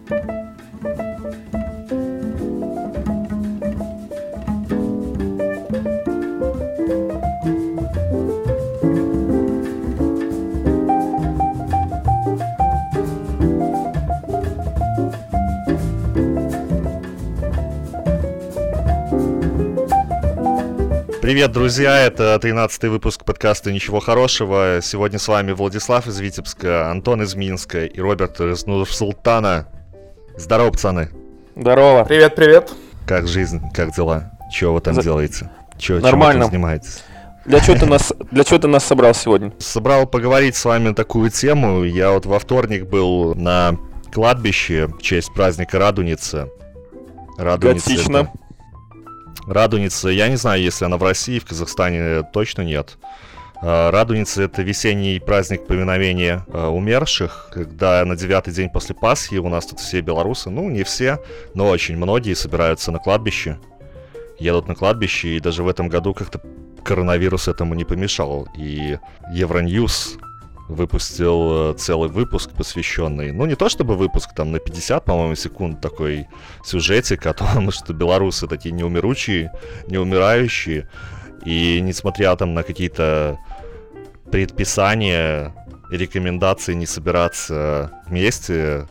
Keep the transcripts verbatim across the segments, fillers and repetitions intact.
Привет, друзья! Это тринадцатый выпуск подкаста «Ничего хорошего». Сегодня с вами Владислав из Витебска, Антон из Минска и Роберт из Нур-Султана. Здорово, пацаны! Здорово! Привет-привет! Как жизнь, как дела? Чего вы там За... делаете? Чё, Нормально. Чем вы там занимаетесь? Для чего ты нас, для чего ты нас собрал сегодня? Собрал поговорить с вами на такую тему. Я вот во вторник был на кладбище в честь праздника Радуницы. Радуница. Готично. Радуница, я не знаю, если она в России, в Казахстане точно нет. Радуница — это весенний праздник поминовения умерших, когда на девятый день после Пасхи у нас тут все белорусы, ну не все, но очень многие собираются на кладбище, едут на кладбище, и даже в этом году как-то коронавирус этому не помешал. И Евроньюз выпустил целый выпуск, посвященный, ну не то чтобы выпуск, там на пятьдесят, по-моему, секунд такой сюжетик о том, что белорусы такие неумиручие, неумирающие, и несмотря там на какие-то предписания и рекомендации не собираться вместе,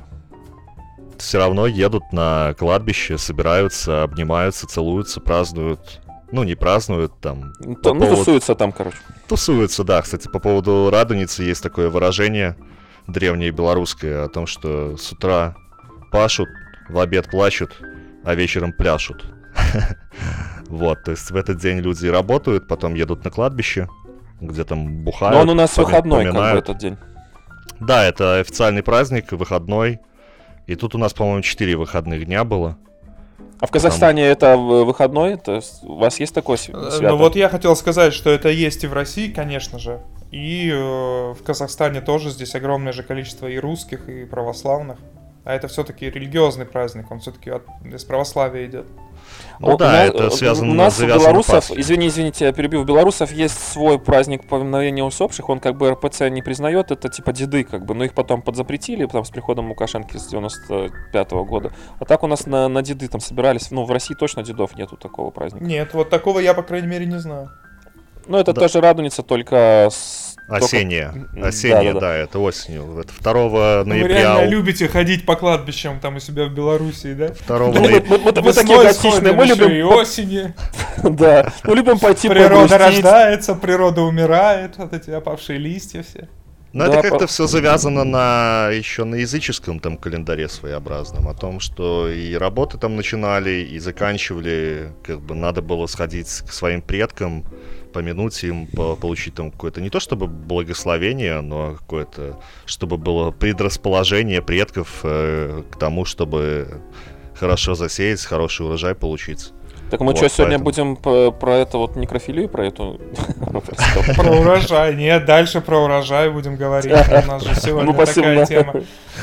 все равно едут на кладбище, собираются, обнимаются, целуются, празднуют. Ну, не празднуют там. Там ну, поводу... тусуются там, короче. Тусуются, да. Кстати, по поводу Радуницы есть такое выражение древнее белорусское о том, что с утра пашут, в обед плачут, а вечером пляшут. Вот, то есть в этот день люди работают, потом едут на кладбище, где там бухают. Но он у нас выходной, как бы, этот день. Да, это официальный праздник, выходной. И тут у нас, по-моему, четыре выходных дня было. А в Казахстане Там... это выходной? То есть у вас есть такое свято? Ну вот я хотел сказать, что это есть и в России, конечно же. И э, в Казахстане тоже здесь огромное же количество и русских, и православных. А это все-таки религиозный праздник, он все-таки от, из православия идет. Ну, ну да, нас, это связано у нас у белорусов, извини, извините, я перебил, у белорусов есть свой праздник поминовения усопших, он как бы эр пэ цэ не признает, это типа деды, как бы, но их потом подзапретили, потом с приходом Лукашенко с девяносто пятого года. А так у нас на, на деды там собирались, ну в России точно дедов нету такого праздника. Нет, вот такого я, по крайней мере, не знаю. Ну это да. Тоже Радуница, только с... Осенняя, только... осенняя, да, да, да, это осенью. Это второго ноября. Вы реально любите ходить по кладбищам там у себя в Белоруссии, да? второго ноября. Мы такие готичные, мы любим... и осени. Да, мы любим пойти погрустить. Природа рождается, природа умирает, вот эти опавшие листья все. Но да, это как-то по... все завязано на еще на языческом там календаре своеобразном, о том, что и работы там начинали, и заканчивали, как бы надо было сходить к своим предкам, помянуть им, получить там какое-то, не то чтобы благословение, но какое-то, чтобы было предрасположение предков э, к тому, чтобы хорошо засеять, хороший урожай получить. Так мы вот, что, сегодня поэтому... будем про, про это вот некрофилию, про эту... Про урожай, нет, дальше про урожай будем говорить, у нас же сегодня такая тема.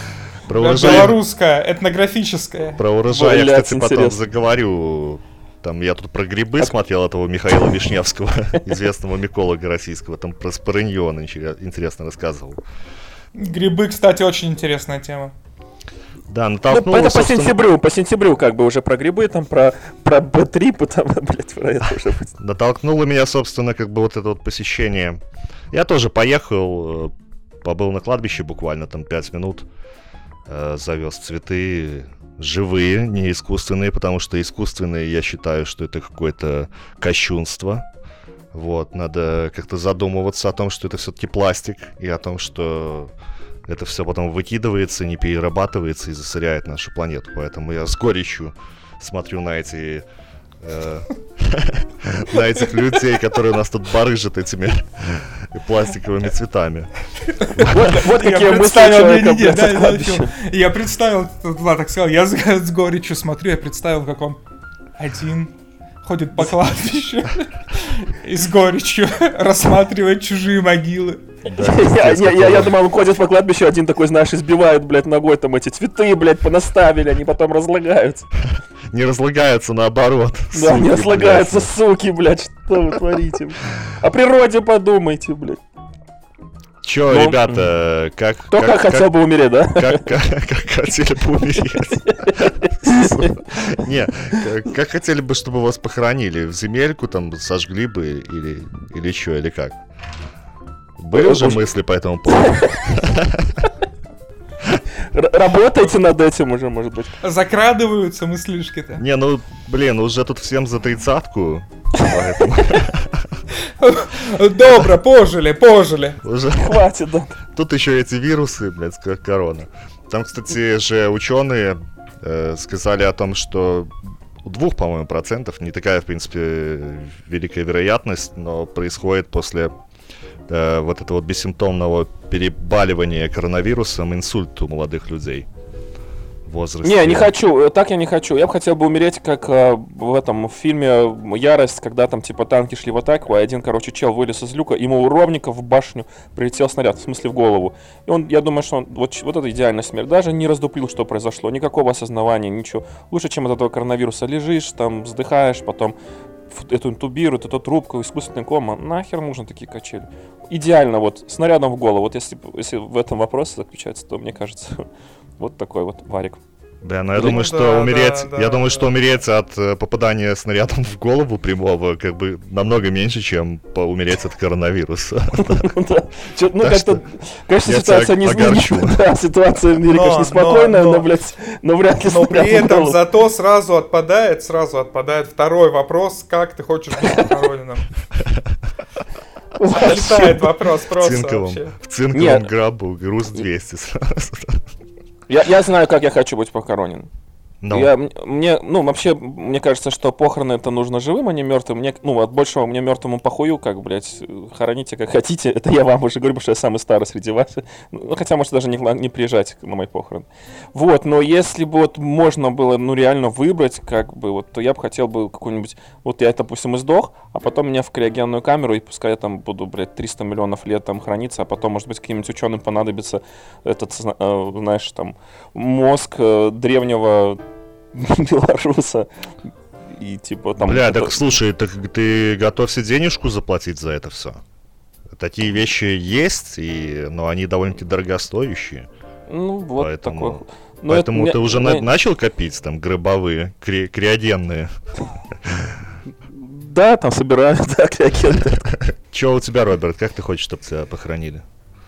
Белорусская, этнографическая. Про урожай я, кстати, потом заговорю. Там я тут про грибы смотрел этого Михаила Вишневского, известного миколога российского, там про спорынье он интересно рассказывал. Грибы, кстати, очень интересная тема. Да, натолкнуло, ну, это собственно... по сентябрю, по сентябрю как бы уже про грибы, там про, про бэ три, там, блядь, про это уже будет. Натолкнуло меня, собственно, как бы вот это вот посещение. Я тоже поехал, побыл на кладбище буквально там пять минут, завез цветы, живые, не искусственные, потому что искусственные, я считаю, что это какое-то кощунство. Вот, надо как-то задумываться о том, что это все-таки пластик, и о том, что это все потом выкидывается, не перерабатывается и засоряет нашу планету. Поэтому я с горечью смотрю на эти на этих людей, которые у нас тут барыжат этими пластиковыми цветами. Вот какие мысли человека. Я представил, Влад так сказал, я с горечью смотрю, я представил, как он один ходит по кладбищу и с горечью рассматривает чужие могилы. Да, я, я, я, я думал, он ходит по кладбищу, один такой, знаешь, избивает, блядь, ногой там эти цветы, блядь, понаставили, они потом разлагаются. Не разлагаются, наоборот. Да, суки, не разлагаются, блядь. Суки, блядь, что вы творите? О природе подумайте, блядь. Чё, Ну, ребята, как... Кто как хотел бы умереть, да? Как, как, как хотели бы умереть? Не, как, как хотели бы, чтобы вас похоронили? В земельку там сожгли бы или, или что, или как? Были уже мысли по этому поводу? Р- Работайте над этим уже, может быть. Закрадываются мыслишки-то. Не, ну, блин, уже тут всем за тридцатку, поэтому Добро, пожили, пожили. уже... Хватит, да. Тут еще эти вирусы, блядь, как корона. Там, кстати, же ученые э, сказали о том, что у двух, по-моему, процентов, не такая, в принципе, великая вероятность, но происходит после э, вот этого вот бессимптомного перебаливания коронавирусом инсульт у молодых людей в возрасте. Не, не хочу, так я не хочу. Я бы хотел бы умереть, как э, в этом в фильме «Ярость», когда там типа танки шли в атаку, а один, короче, чел вылез из люка, ему ровненько в башню прилетел снаряд, в смысле в голову. И он, я думаю, что он, вот, вот это идеальная смерть. Даже не раздуплил, что произошло, никакого осознавания, ничего. Лучше, чем от этого коронавируса лежишь, там, вздыхаешь, потом эту интубируют, эту трубку, искусственный кома. Нахер нужны такие качели? Идеально, вот, снарядом в голову. Вот если, если в этом вопрос заключается, то мне кажется, вот такой вот варик. Да, но я Ну думаю, да, что умереть, да, я да, думаю, да. что умереть от э, попадания снарядом в голову прямого, как бы намного меньше, чем по- умереть от коронавируса. Да. Чё- Ну, Так как-то, что конечно, я ситуация тебя не огорчу. изменится. Да, ситуация в мире, Но, конечно, неспокойная, но, но, но- блядь, но вряд ли Но при снаряд в этом голову. зато сразу отпадает, сразу отпадает второй вопрос, как ты хочешь быть похороненным. Отлетает вопрос В просто цинковом, вообще. в цинковом Нет. гробу, груз двести сразу. Я, я знаю, как я хочу быть похоронен. Ну, Я, м- мне, ну, вообще, мне кажется, что похороны это нужно живым, а не мертвым. Мне, ну, от большего мне мертвому похую, как, блядь, хороните как хотите. Это я вам уже говорю, потому что я самый старый среди вас. Ну, хотя, может, даже не, гла- не приезжать на мои похороны. Вот, но если бы вот можно было, ну, реально выбрать, как бы, вот, то я бы хотел бы какой-нибудь... Вот я, допустим, издох, а потом меня в криогенную камеру, и пускай я там буду, блядь, триста миллионов лет там храниться, а потом, может быть, каким-нибудь ученым понадобится этот, зна- э, знаешь, там, мозг э, древнего белоруса. И типа там... бля, это- так слушай, так ты готовься денежку заплатить за это все. Такие вещи есть, и, но они довольно-таки дорогостоящие. Ну, вот Поэтому- такой... Но Поэтому это ты мне- уже мне- на- начал копить там гробовые, кри- криогенные. Да, там собирают, да, криогенты. Че у тебя, Роберт, как ты хочешь, чтобы тебя похоронили?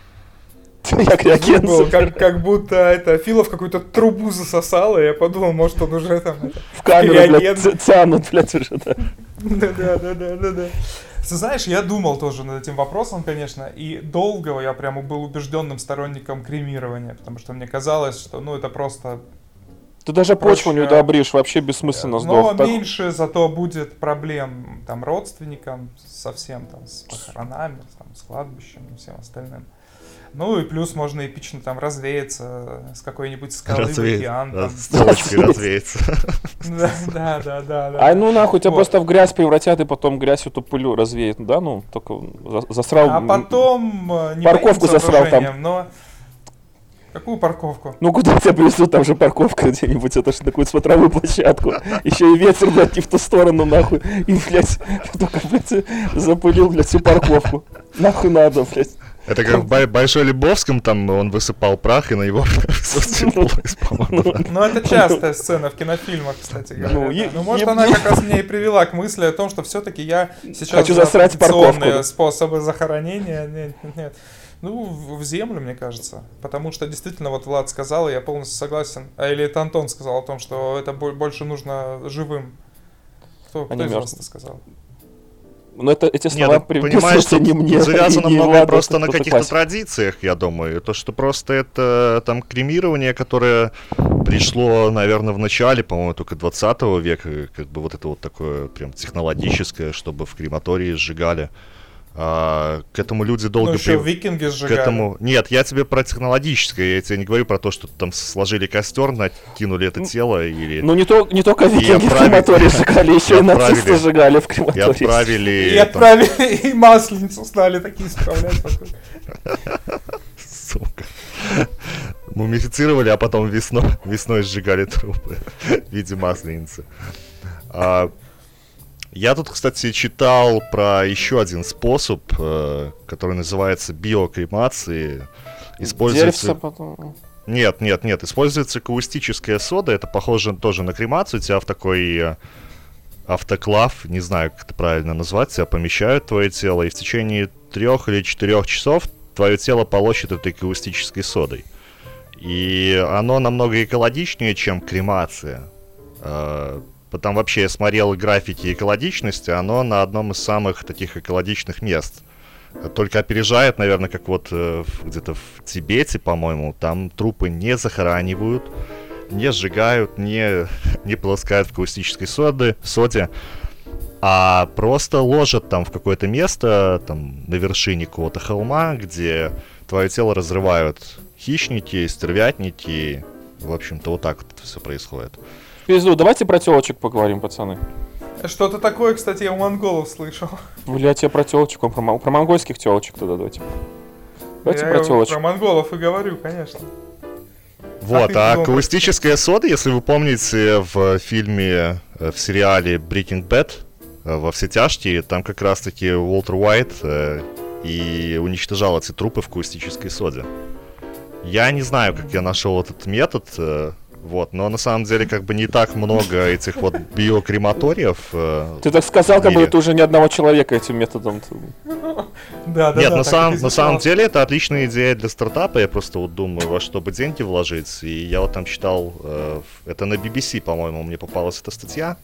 Я криоген Был, собираю. как, как будто это Филов какую-то трубу засосал, и я подумал, может он уже там... это, В камеру, криоген. блядь, т- тянут, блядь, уже, да. Да-да-да-да-да. Ты знаешь, я думал тоже над этим вопросом, конечно, и долго я прямо был убежденным сторонником кремирования, потому что мне казалось, что, ну, это просто... Ты даже Проще- почву не удобришь, вообще бессмысленно Но сдох. Так- меньше зато будет проблем там родственникам, совсем там с похоронами, там, с кладбищем и всем остальным. Ну и плюс можно эпично там развеяться с какой-нибудь скалы в Развеять. океан. там. С телочкой развеяться. Да, да, да, да, да. Ай, ну нахуй, тебя Вот. просто в грязь превратят, и потом грязь эту пылю развеет. Да, ну, только за- засрал... А потом э, не Парковку моим засрал там. соображением, но... Какую парковку? Ну куда тебя привезут, там же парковка где-нибудь, это же на какую-то смотровую площадку. Еще и ветер, блядь, не в ту сторону, нахуй. И, блядь, только, блядь, запылил, блядь, всю парковку. Нахуй надо, блядь. Это как в Бай- Большой Лебовском, там он высыпал прах, и на его сосцепилось, по-моему. Ну, это частая сцена в кинофильмах, кстати говоря. Ну, да. е- Ну, может, е- она как раз меня и привела к мысли о том, что все-таки я сейчас Хочу за засрать традиционные парковку, да. способы захоронения. Нет, нет, нет. Ну, в в землю, мне кажется. Потому что действительно, вот Влад сказал, и я полностью согласен. А или это Антон сказал о том, что это бо- больше нужно живым. Кто, кто А не из вас мёртвым. это сказал? Но это, эти Нет, слова ты понимаешь, приписываются тут не мне, завязано и не многое Владу, просто это на кто-то каких-то классик. традициях, я думаю. То, что просто это там кремирование, которое пришло, наверное, в начале, по-моему, только двадцатого века, как бы вот это вот такое прям технологическое, чтобы в крематории сжигали. А, к этому люди долго Ну, еще при- викинги К сжигали. этому... Нет, я тебе про технологическое, я тебе не говорю про то, что там сложили костер, накинули это тело или... Ну не, то, не только викинги в отправили- крематории сжигали, еще и и нацисты отправили- сжигали в И крематории. отправили... И там, отправили, и масленицу стали такие справлять. вокруг. Сука. Мумифицировали, а потом весной, весной сжигали трупы в виде масленицы. А, Я тут, кстати, читал про еще один способ, э, который называется биокремацией. Используется... потом... Нет, нет, нет. Используется каустическая сода. Это похоже тоже на кремацию. У тебя в такой автоклав, не знаю, как это правильно назвать, тебя помещают в твое тело, и в течение трех или четырех часов твое тело полощет этой каустической содой. И оно намного экологичнее, чем кремация. Потом вообще я смотрел графики экологичности, оно на одном из самых таких экологичных мест. Только опережает, наверное, как вот э, где-то в Тибете, по-моему, там трупы не захоранивают, не сжигают, не, не полоскают в каустической соды, соде, а просто ложат там в какое-то место, там на вершине какого-то холма, где твое тело разрывают хищники, стервятники. В общем-то, вот так вот это все происходит. Пизду, давайте про телочек поговорим, пацаны. Что-то такое, кстати, я у монголов слышал. Блять, я про телочек, про, про монгольских телочек тогда давайте. Давайте я про телочек. Про монголов и говорю, конечно. Вот, а, а каустическая сода, если вы помните, в фильме, в сериале Breaking Bad, во «Все тяжкие», там как раз-таки Уолтер Уайт э, и уничтожал эти трупы в каустической соде. Я не знаю, как я нашел этот метод, э, вот, но на самом деле как бы не так много этих вот биокрематориев. Э, Ты так сказал, как будто ты уже ни одного человека этим методом. Да, да, Нет, да, на, сам, и на самом деле это отличная идея для стартапа. Я просто вот думаю, во что бы деньги вложить. И я вот там читал, э, это на би би си, по-моему, мне попалась эта статья.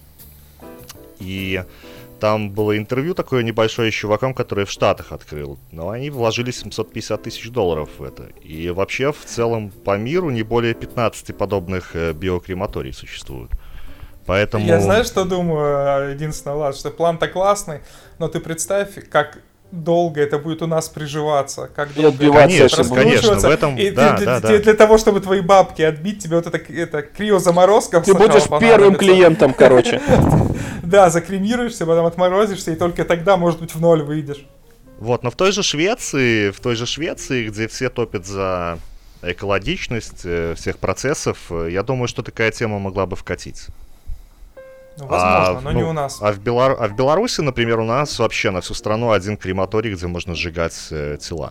И там было интервью такое небольшое с чуваком, который в Штатах открыл. Но они вложили семьсот пятьдесят тысяч долларов в это. И вообще в целом по миру не более пятнадцати подобных э, биокрематорий существует. Поэтому... Я знаю, что думаю, единственное, Влад, что план-то классный, но ты представь, как долго это будет у нас приживаться, как долго конечно, это конечно, в этом, и да, для, да, для, да. для того, чтобы твои бабки отбить, тебе вот это, это криозаморозка. Ты будешь первым клиентом, короче. Да, закремируешься, потом отморозишься, и только тогда, может быть, в ноль выйдешь. Вот, но в той же Швеции, в той же Швеции, где все топят за экологичность всех процессов, я думаю, что такая тема могла бы вкатить. Ну, возможно, а, но ну, не у нас. А в, Белор... а в Беларуси, например, у нас вообще на всю страну один крематорий, где можно сжигать э, тела.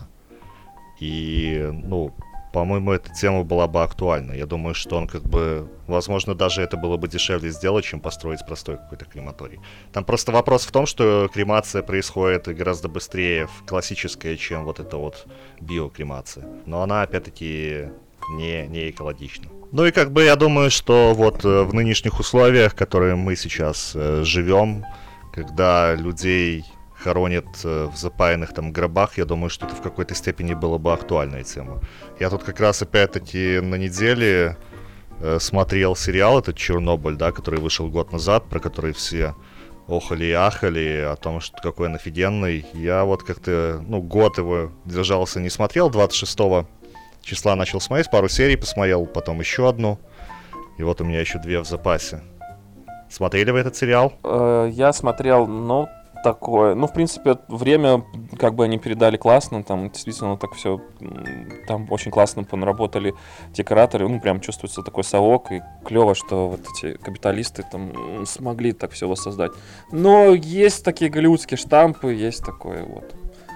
И, ну, по-моему, эта тема была бы актуальна. Я думаю, что он как бы... Возможно, даже это было бы дешевле сделать, чем построить простой какой-то крематорий. Там просто вопрос в том, что кремация происходит гораздо быстрее, классическая, чем вот эта вот биокремация. Но она, опять-таки, не, не экологична. Ну и как бы я думаю, что вот э, в нынешних условиях, в которых мы сейчас э, живем, когда людей хоронят э, в запаянных там гробах, я думаю, что это в какой-то степени была бы актуальная тема. Я тут как раз опять-таки на неделе э, смотрел сериал этот «Чернобыль», да, который вышел год назад, про который все охали и ахали о том, что какой он офигенный. Я вот как-то, ну, год его держался, не смотрел, двадцать шестого числа начал смотреть, пару серий посмотрел, потом еще одну. И вот у меня еще две в запасе. Смотрели вы этот сериал? Э, я смотрел, ну, такое. Ну, в принципе, время, как бы они передали классно, там действительно так все, там очень классно понаработали декораторы, ну, прям чувствуется такой совок, и клево, что вот эти капиталисты там смогли так все воссоздать. Но есть такие голливудские штампы, есть такое вот.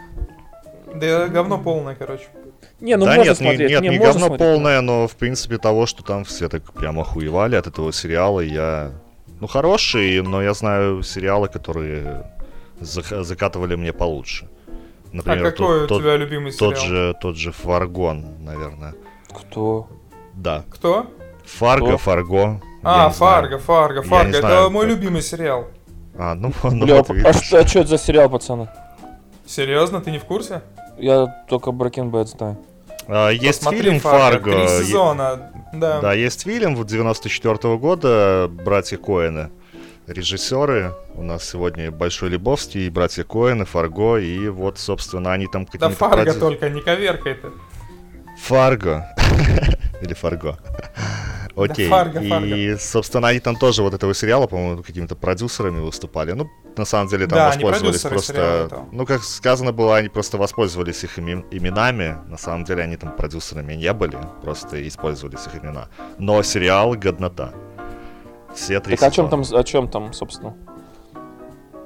Да говно полное, короче. Не, ну да можно нет, смотреть. Не, нет, не, не можно говно смотреть, полное, но в принципе того, что там все так прям охуевали от этого сериала, я... Ну, хороший, но я знаю сериалы, которые зак- закатывали мне получше. Например, а какой тот, у тебя любимый сериал? Тот же, тот же Фаргон, наверное. Кто? Да. Кто? Фарго, Кто? Фарго. А, Фарго, Фарго, Фарго. Это знаю, мой как... любимый сериал. А, ну, ну Бля, вот а, видишь. что, а что это за сериал, пацаны? Серьезно, ты не в курсе? Я только Breaking Bad знаю. А, есть Посмотри, фильм Фарго. Фарго. Три сезона, да. Да, есть фильм вот девяносто четвёртого года, братья Коэны. Режиссеры. У нас сегодня Большой Лебовский, братья Коэны, Фарго, и вот, собственно, они там какие-то... Да Фарго проди... только, не коверкай-то. Фарго. Или Фарго. Окей. Да, Фарго, и, Фарго. собственно, они там тоже вот этого сериала, по-моему, какими-то продюсерами выступали. Ну, на самом деле, там Да, они воспользовались продюсеры сериала просто... этого. Ну, как сказано было, они просто воспользовались их имен- именами. На самом деле, они там продюсерами не были, просто использовались их имена. Но сериал годнота. Все три Так о чем сезона. там, о чем там, собственно?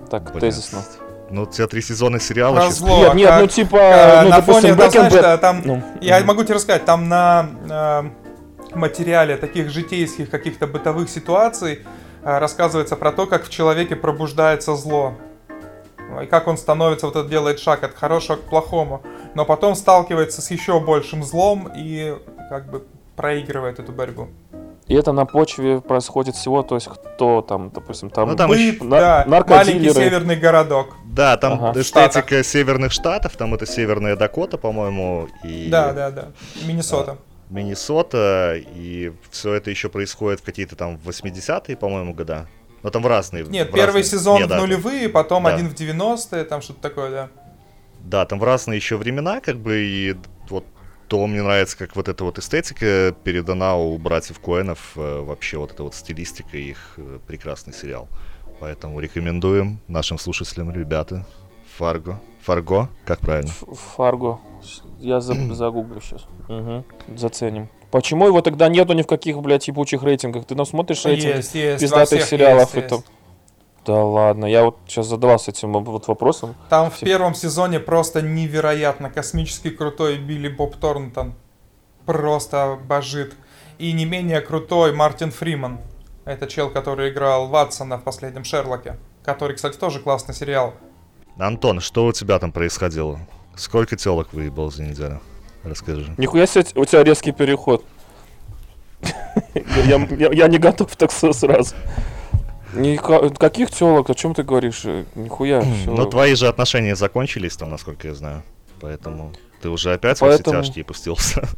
Так, Блин. тезисно. Ну, у тебя три сезона сериала. Про щас- зло. Нет, нет, как- ну типа, э, ну, на допустим, фоне, да, Breaking знаешь, Bad. да, там, Ну, я мгм. могу тебе рассказать, там на э, материале таких житейских каких-то бытовых ситуаций э, рассказывается про то, как в человеке пробуждается зло. И как он становится, вот это делает шаг от хорошего к плохому. Но потом сталкивается с еще большим злом и как бы проигрывает эту борьбу. И это на почве происходит всего, то есть кто там, допустим, там... Ну, там Быт, еще- на- да, наркодилеры. маленький северный городок. Да, там Ага. эстетика северных штатов, там это Северная Дакота, по-моему, и Да, да, да. Миннесота. Миннесота, и все это еще происходит в какие-то там восьмидесятые, по-моему, года. Но там в разные. Нет, в первый разные сезон дни, в да. нулевые, потом Да. один в девяностые, там что-то такое, да. Да, там в разные еще времена, как бы, и вот то мне нравится, как вот эта вот эстетика передана у братьев Коэнов, э, вообще вот эта вот стилистика их, э, прекрасный сериал. Поэтому рекомендуем нашим слушателям, ребята, Фарго. Фарго, как правильно? Ф- Фарго. Я за- загуглю сейчас. Угу. Заценим. Почему его тогда нету ни в каких, блядь, ебучих рейтингах? Ты нам смотришь рейтинги Есть, есть, во пиздатых всех сериалов есть, и там... есть. Да ладно, я вот сейчас задавался этим вот вопросом. Там в Все- первом сезоне просто невероятно космически крутой Билли Боб Торнтон. Просто божит. И не менее крутой Мартин Фриман. Это чел, который играл Ватсона в последнем Шерлоке. Который, кстати, тоже классный сериал. Антон, что у тебя там происходило? Сколько телок выебал за неделю? Расскажи. Нихуя себе, у тебя резкий переход. Я, я- я не готов так с- сразу. Ника- Каких телок? О чем ты говоришь? Э, Нихуя. всё. Ну, твои же отношения закончились там, насколько я знаю. Поэтому ты уже опять Поэтому- во все тяжкие пустился.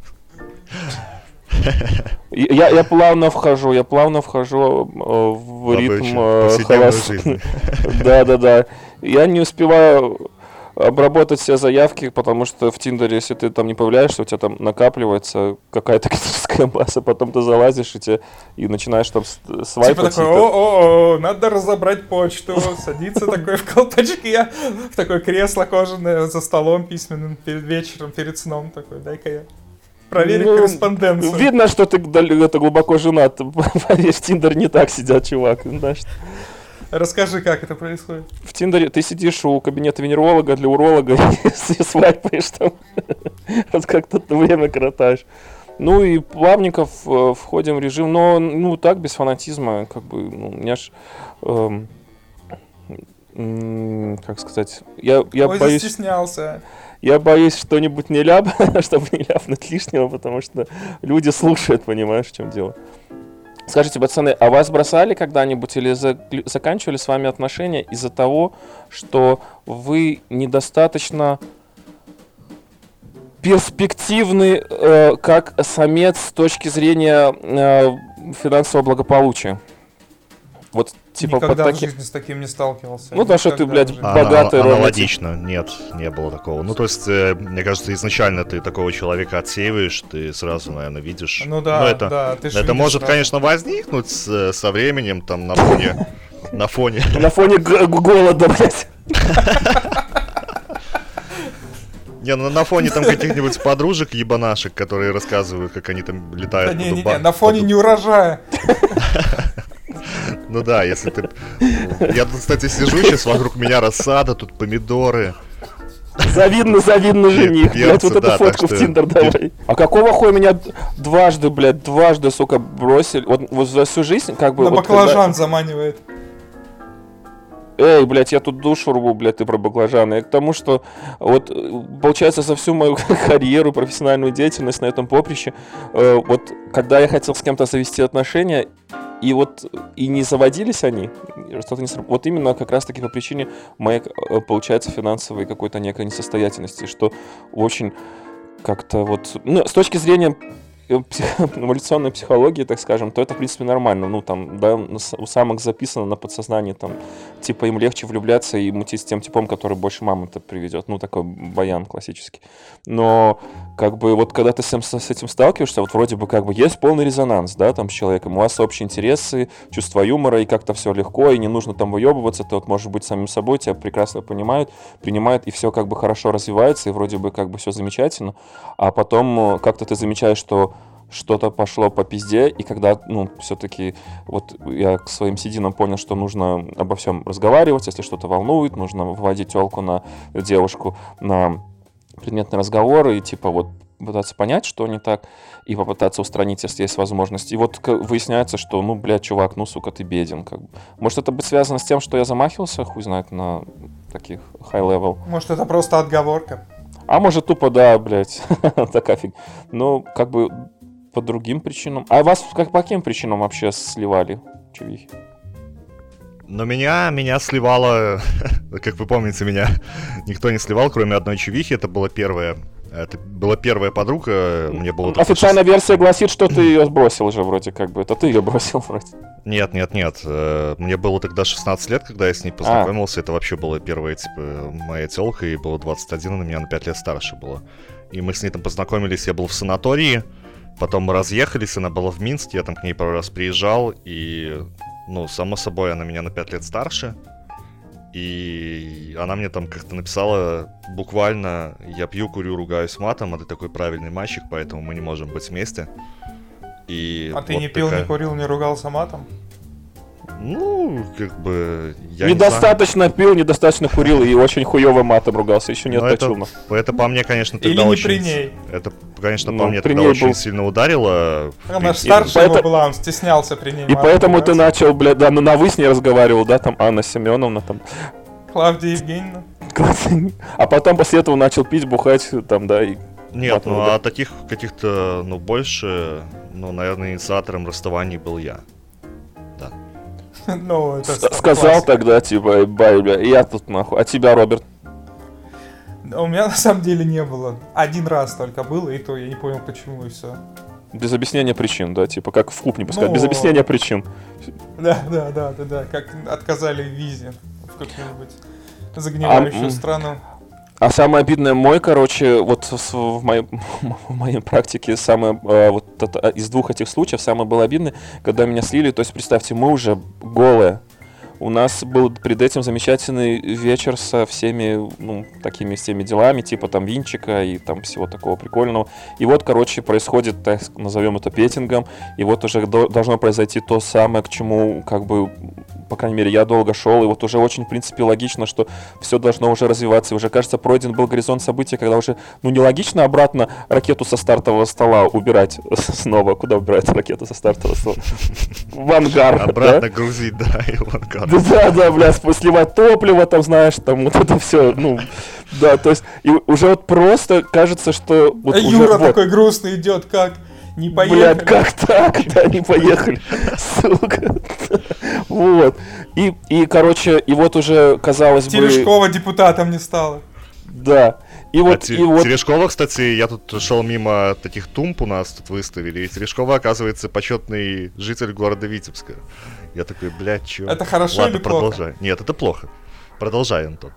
Я, я плавно вхожу, я плавно вхожу э, в ритм Обычно, э, повседневной холос- жизни. Да, да, да. Я не успеваю обработать все заявки, потому что в Тиндере, если ты там не появляешься, у тебя там накапливается какая-то критическая масса, потом ты залазишь и, те, и начинаешь там с- Типа свайпать. такой, и ты- о-о-о, надо разобрать почту. Садится такой в колпачке, в такое кресло кожаное за столом письменным перед вечером, перед сном. Такой, дай-ка я проверить Ну, корреспонденцию. Видно, что ты дал- это глубоко женат. Поверь, в Тиндер не так сидят, чувак. Знаешь, Расскажи, как это происходит. в Тиндере ты сидишь у кабинета венеролога для уролога и свайпаешь там. Вот как-то ты время коротаешь. Ну и плавненько в- входим в режим, но ну так, без фанатизма, как бы, ну, у меня ж... эм, м, как сказать, я, я Ой, боюсь... застеснялся. Я боюсь что-нибудь не ляп, чтобы не ляпнуть лишнего, потому что люди слушают, понимаешь, в чем дело. Скажите, пацаны, а вас бросали когда-нибудь или за- заканчивали с вами отношения из-за того, что вы недостаточно перспективны э, как самец с точки зрения э, финансового благополучия? Вот типа Никогда под в таким... жизни с таким не сталкивался. Ну, да что ты, Никогда блядь, в жизни. А, Богатый, анал- ровно аналогично. Нет, не было такого. Ну, то есть, э, мне кажется, изначально ты такого человека отсеиваешь, ты сразу, наверное, видишь. Ну да, Но это, да, ты ж это видишь может, сразу. конечно, возникнуть с- со временем, там, на фоне... На фоне... На фоне г- голода, блядь. Не, ну на фоне там каких-нибудь подружек ебанашек, которые рассказывают, как они там Да летают. по не-не-не, Дуба- на фоне по Дуб- неурожая. Ну да, если ты... Я тут, кстати, сижу сейчас, вокруг меня рассада, тут помидоры. Завидно, завидно жених. Перцы, Блядь, вот эту да, так фотку в что- Тиндер давай. А какого хуя меня д- дважды, блядь, дважды, сука, бросили? Вот, вот за всю жизнь, как бы... На вот когда- баклажан заманивает. Эй, блядь, я тут душу рву, блядь, ты про баклажаны. И к тому, что вот, э, получается, за всю мою карьеру, профессиональную деятельность на этом поприще, э, вот, когда я хотел с кем-то завести отношения, и вот, и не заводились они, что-то не сраб- вот именно как раз-таки по причине моей, э, получается, финансовой какой-то некой несостоятельности, что очень как-то вот, ну, с точки зрения э, псих- эволюционной психологии, так скажем, то это, в принципе, нормально. Ну, там, да, на с- у самок записано на подсознании, там, типа, им легче влюбляться и мутить с тем типом, который больше мамы-то приведет. Ну, такой баян классический. Но, как бы, вот когда ты с, эм- с этим сталкиваешься, вот вроде бы, как бы, есть полный резонанс, да, там, с человеком. У вас общие интересы, чувство юмора, и как-то все легко, и не нужно там выебываться, ты вот можешь быть самим собой, тебя прекрасно понимают, принимают, и все как бы хорошо развивается, и вроде бы как бы все замечательно. А потом э, как-то ты замечаешь, что что-то пошло по пизде, и когда, ну, все-таки вот я к своим сединам понял, что нужно обо всем разговаривать, если что-то волнует, нужно выводить тёлку на девушку на предметный разговор и типа вот пытаться понять, что не так, и попытаться устранить, если есть возможность. И вот выясняется, что, ну, блядь, чувак, ну, сука, ты беден. Как бы. Может, это быть связано с тем, что я замахивался, хуй знает, на таких high-level. Может, это просто отговорка. А может, тупо, да, блядь, такая фиг. Ну, как бы по другим причинам. А вас как по каким причинам вообще сливали, чувихи? Но меня, меня сливало, как вы помните, меня никто не сливал, кроме одной чувихи. Это была первая, это была первая подруга. Мне было официальная шест... версия гласит, что ты ее сбросил же вроде как бы. Это ты ее бросил вроде. Нет, нет, нет. Мне было тогда шестнадцать лет, когда я с ней познакомился. А. Это вообще была первая, типа, моя тёлка, ей было двадцать один, она меня на пять лет старше была. И мы с ней там познакомились, я был в санатории. Потом мы разъехались, она была в Минске, я там к ней пару раз приезжал, и, ну, само собой, она меня на пять лет старше, и она мне там как-то написала буквально: я пью, курю, ругаюсь матом, а ты такой правильный мальчик, поэтому мы не можем быть вместе. И а вот ты не пил, такая... не курил, не ругался матом? Ну, как бы... Я недостаточно не пил, недостаточно курил и очень хуёво матом ругался, еще не отточил. Это, это по мне, конечно, тогда Или не очень... при ней. Это, конечно, ну, по мне тогда очень был... сильно ударило. Она же старше его была, он стеснялся при ней. И поэтому ругаться. Ты начал, блядь, да, на вы с ней разговаривал, да, там Анна Семеновна, там... Клавдия Евгеньевна. А потом после этого начал пить, бухать, там, да, и... Нет, ну а таких каких-то, ну, больше, ну, наверное, инициатором расставаний был я. Да. Ну, это сказал классика. Тогда, типа, бай, бля, я тут нахуй. А тебя, Роберт? У меня на самом деле не было. Один раз только было, и то я не понял, почему, и все. Без объяснения причин, да, типа, как в клуб не пускать, ну, без объяснения причин. Да, да, да, да, да, как отказали в визе в какую-нибудь загнивающую а, страну. А самое обидное мой, короче, вот в моей, в моей практике самое, вот это, из двух этих случаев самое было обидное, когда меня слили, то есть представьте, мы уже голые. У нас был перед этим замечательный вечер со всеми, ну, такими всеми делами, типа там винчика и там всего такого прикольного. И вот, короче, происходит, так назовем это петингом, и вот уже до, должно произойти то самое, к чему, как бы, по крайней мере, я долго шел, и вот уже очень, в принципе, логично, что все должно уже развиваться, и уже, кажется, пройден был горизонт событий, когда уже, ну, нелогично обратно ракету со стартового стола убирать снова. Куда убирать ракету со стартового стола? В ангар. Обратно грузить, да, и в ангар. Да, да, бля, сливать топливо, там, знаешь, там, вот это все, ну, да, то есть, и уже вот просто кажется, что... Вот а уже, Юра вот, такой грустный идет, как? Не поехали? Блядь, как так? Да, не поехали, сука. Вот, и, и, короче, и вот уже, казалось бы... Терешкова депутатом не стала. Да. И вот, а и вот... Терешкова, кстати, я тут шел мимо таких тумб у нас тут выставили, и Терешкова, оказывается, почетный житель города Витебска. Я такой, блядь, чё? Это хорошо Ладно, или продолжай. плохо? Нет, это плохо. Продолжай, Антон.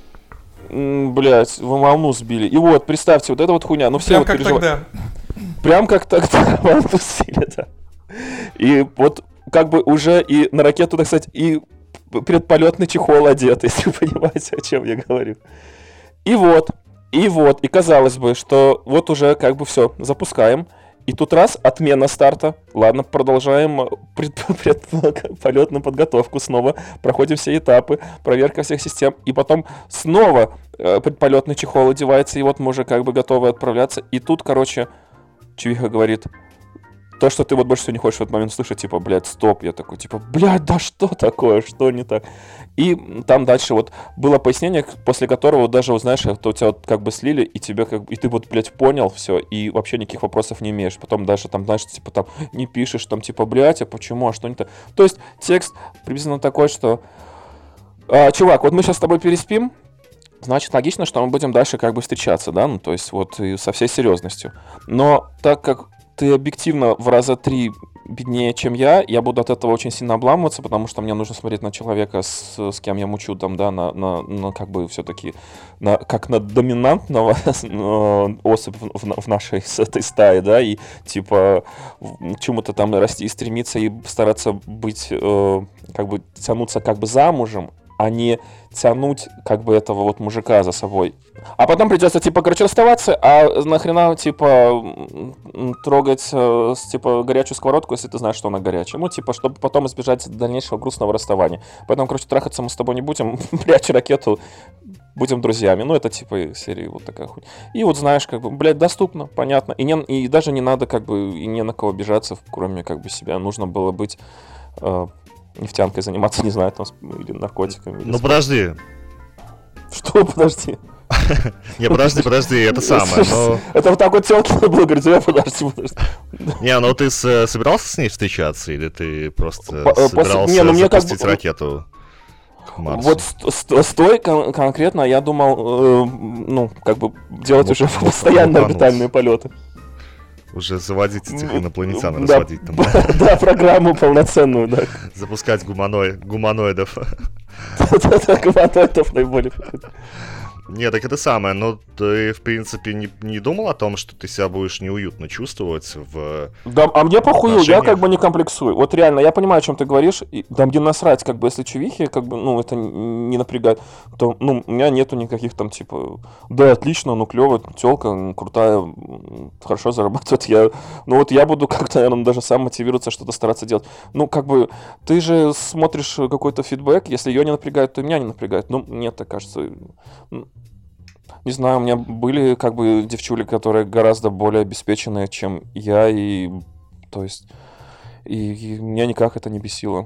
М, блядь, вы волну сбили. И вот, представьте, вот эта вот хуйня, ну все Прям вот как переживают. тогда. Прям как тогда волну сбили, да. И вот как бы уже и на ракету, так сказать, и предполетный чехол одет, если вы понимаете, о чем я говорю. И вот, и вот, и казалось бы, что вот уже как бы все, запускаем. И тут раз, отмена старта. Ладно, продолжаем пред, пред, полетную подготовку снова. Проходим все этапы, проверка всех систем. И потом снова э, предполетный чехол одевается. И вот мы уже как бы готовы отправляться. И тут, короче, Чувиха говорит... То, что ты вот больше всего не хочешь в этот момент слышать, типа, блядь, стоп. Я такой, типа, блядь, да что такое, что не так? И там дальше вот было пояснение, после которого даже, вот, знаешь, то тебя вот как бы слили, и тебе как бы, и ты вот, блядь, понял все, и вообще никаких вопросов не имеешь. Потом даже там, знаешь, типа, там, не пишешь, там, типа, блядь, а почему, а что не так? То есть текст приблизительно такой, что, а, чувак, вот мы сейчас с тобой переспим, значит, логично, что мы будем дальше как бы встречаться, да, ну, то есть вот и со всей серьезностью. Но так как ты объективно в раза три беднее, чем я, я буду от этого очень сильно обламываться, потому что мне нужно смотреть на человека, с, с кем я мучу, там, да, на, на, на как бы все-таки, на, как на доминантного особь в, в, в нашей с этой стае, да, и типа чему-то там расти и стремиться, и стараться быть, э, как бы тянуться как бы замужем. а не тянуть как бы этого вот мужика за собой. А потом придется, типа, короче, расставаться, а нахрена, типа, трогать, типа, горячую сковородку, если ты знаешь, что она горячая. Ну, типа, чтобы потом избежать дальнейшего грустного расставания. Поэтому, короче, трахаться мы с тобой не будем, прячь ракету, будем друзьями. Ну, это, типа, серии вот такая хуйня. И вот, знаешь, как бы, блядь, доступно, понятно. И, не, и даже не надо, как бы, и не на кого обижаться, кроме, как бы, себя. Нужно было быть... Э, нефтянкой заниматься, не знаю, там, или наркотиками. Или ну, подожди. Что, подожди? Не, подожди, подожди, это самое, но... Это вот так вот тёлки было, говорит, я подожди, подожди. Не, ну ты собирался с ней встречаться, или ты просто По- собирался не, ну мне как запустить бы- ракету к Марсу? Вот с, с- с той кон- конкретно я думал, э, ну, как бы делать Вот, уже вот, постоянные вот, орбитальные полеты. Уже заводить этих Ну, инопланетян, да, разводить там, да? Да, программу полноценную, да. Запускать гуманой- гуманоидов. Да-да-да, гуманоидов наиболее. Не, так это самое, но ты, в принципе, не, не думал о том, что ты себя будешь неуютно чувствовать в... Да, а мне похую, я отношениях? как бы не комплексую. Вот реально, я понимаю, о чем ты говоришь. И, да мне насрать, как бы, если чувихи, как бы, ну, это н- не напрягает, то, ну, у меня нету никаких там, типа, да, отлично, ну, клево, тёлка, крутая, м, хорошо зарабатывает. Я, ну, вот я буду как-то, наверное, даже сам мотивироваться, что-то стараться делать. Ну, как бы, ты же смотришь какой-то фидбэк, если ее не напрягает, то и меня не напрягает. Ну, мне так кажется. м, Не знаю, у меня были как бы девчули, которые гораздо более обеспеченные, чем я, и то есть и, и меня никак это не бесило.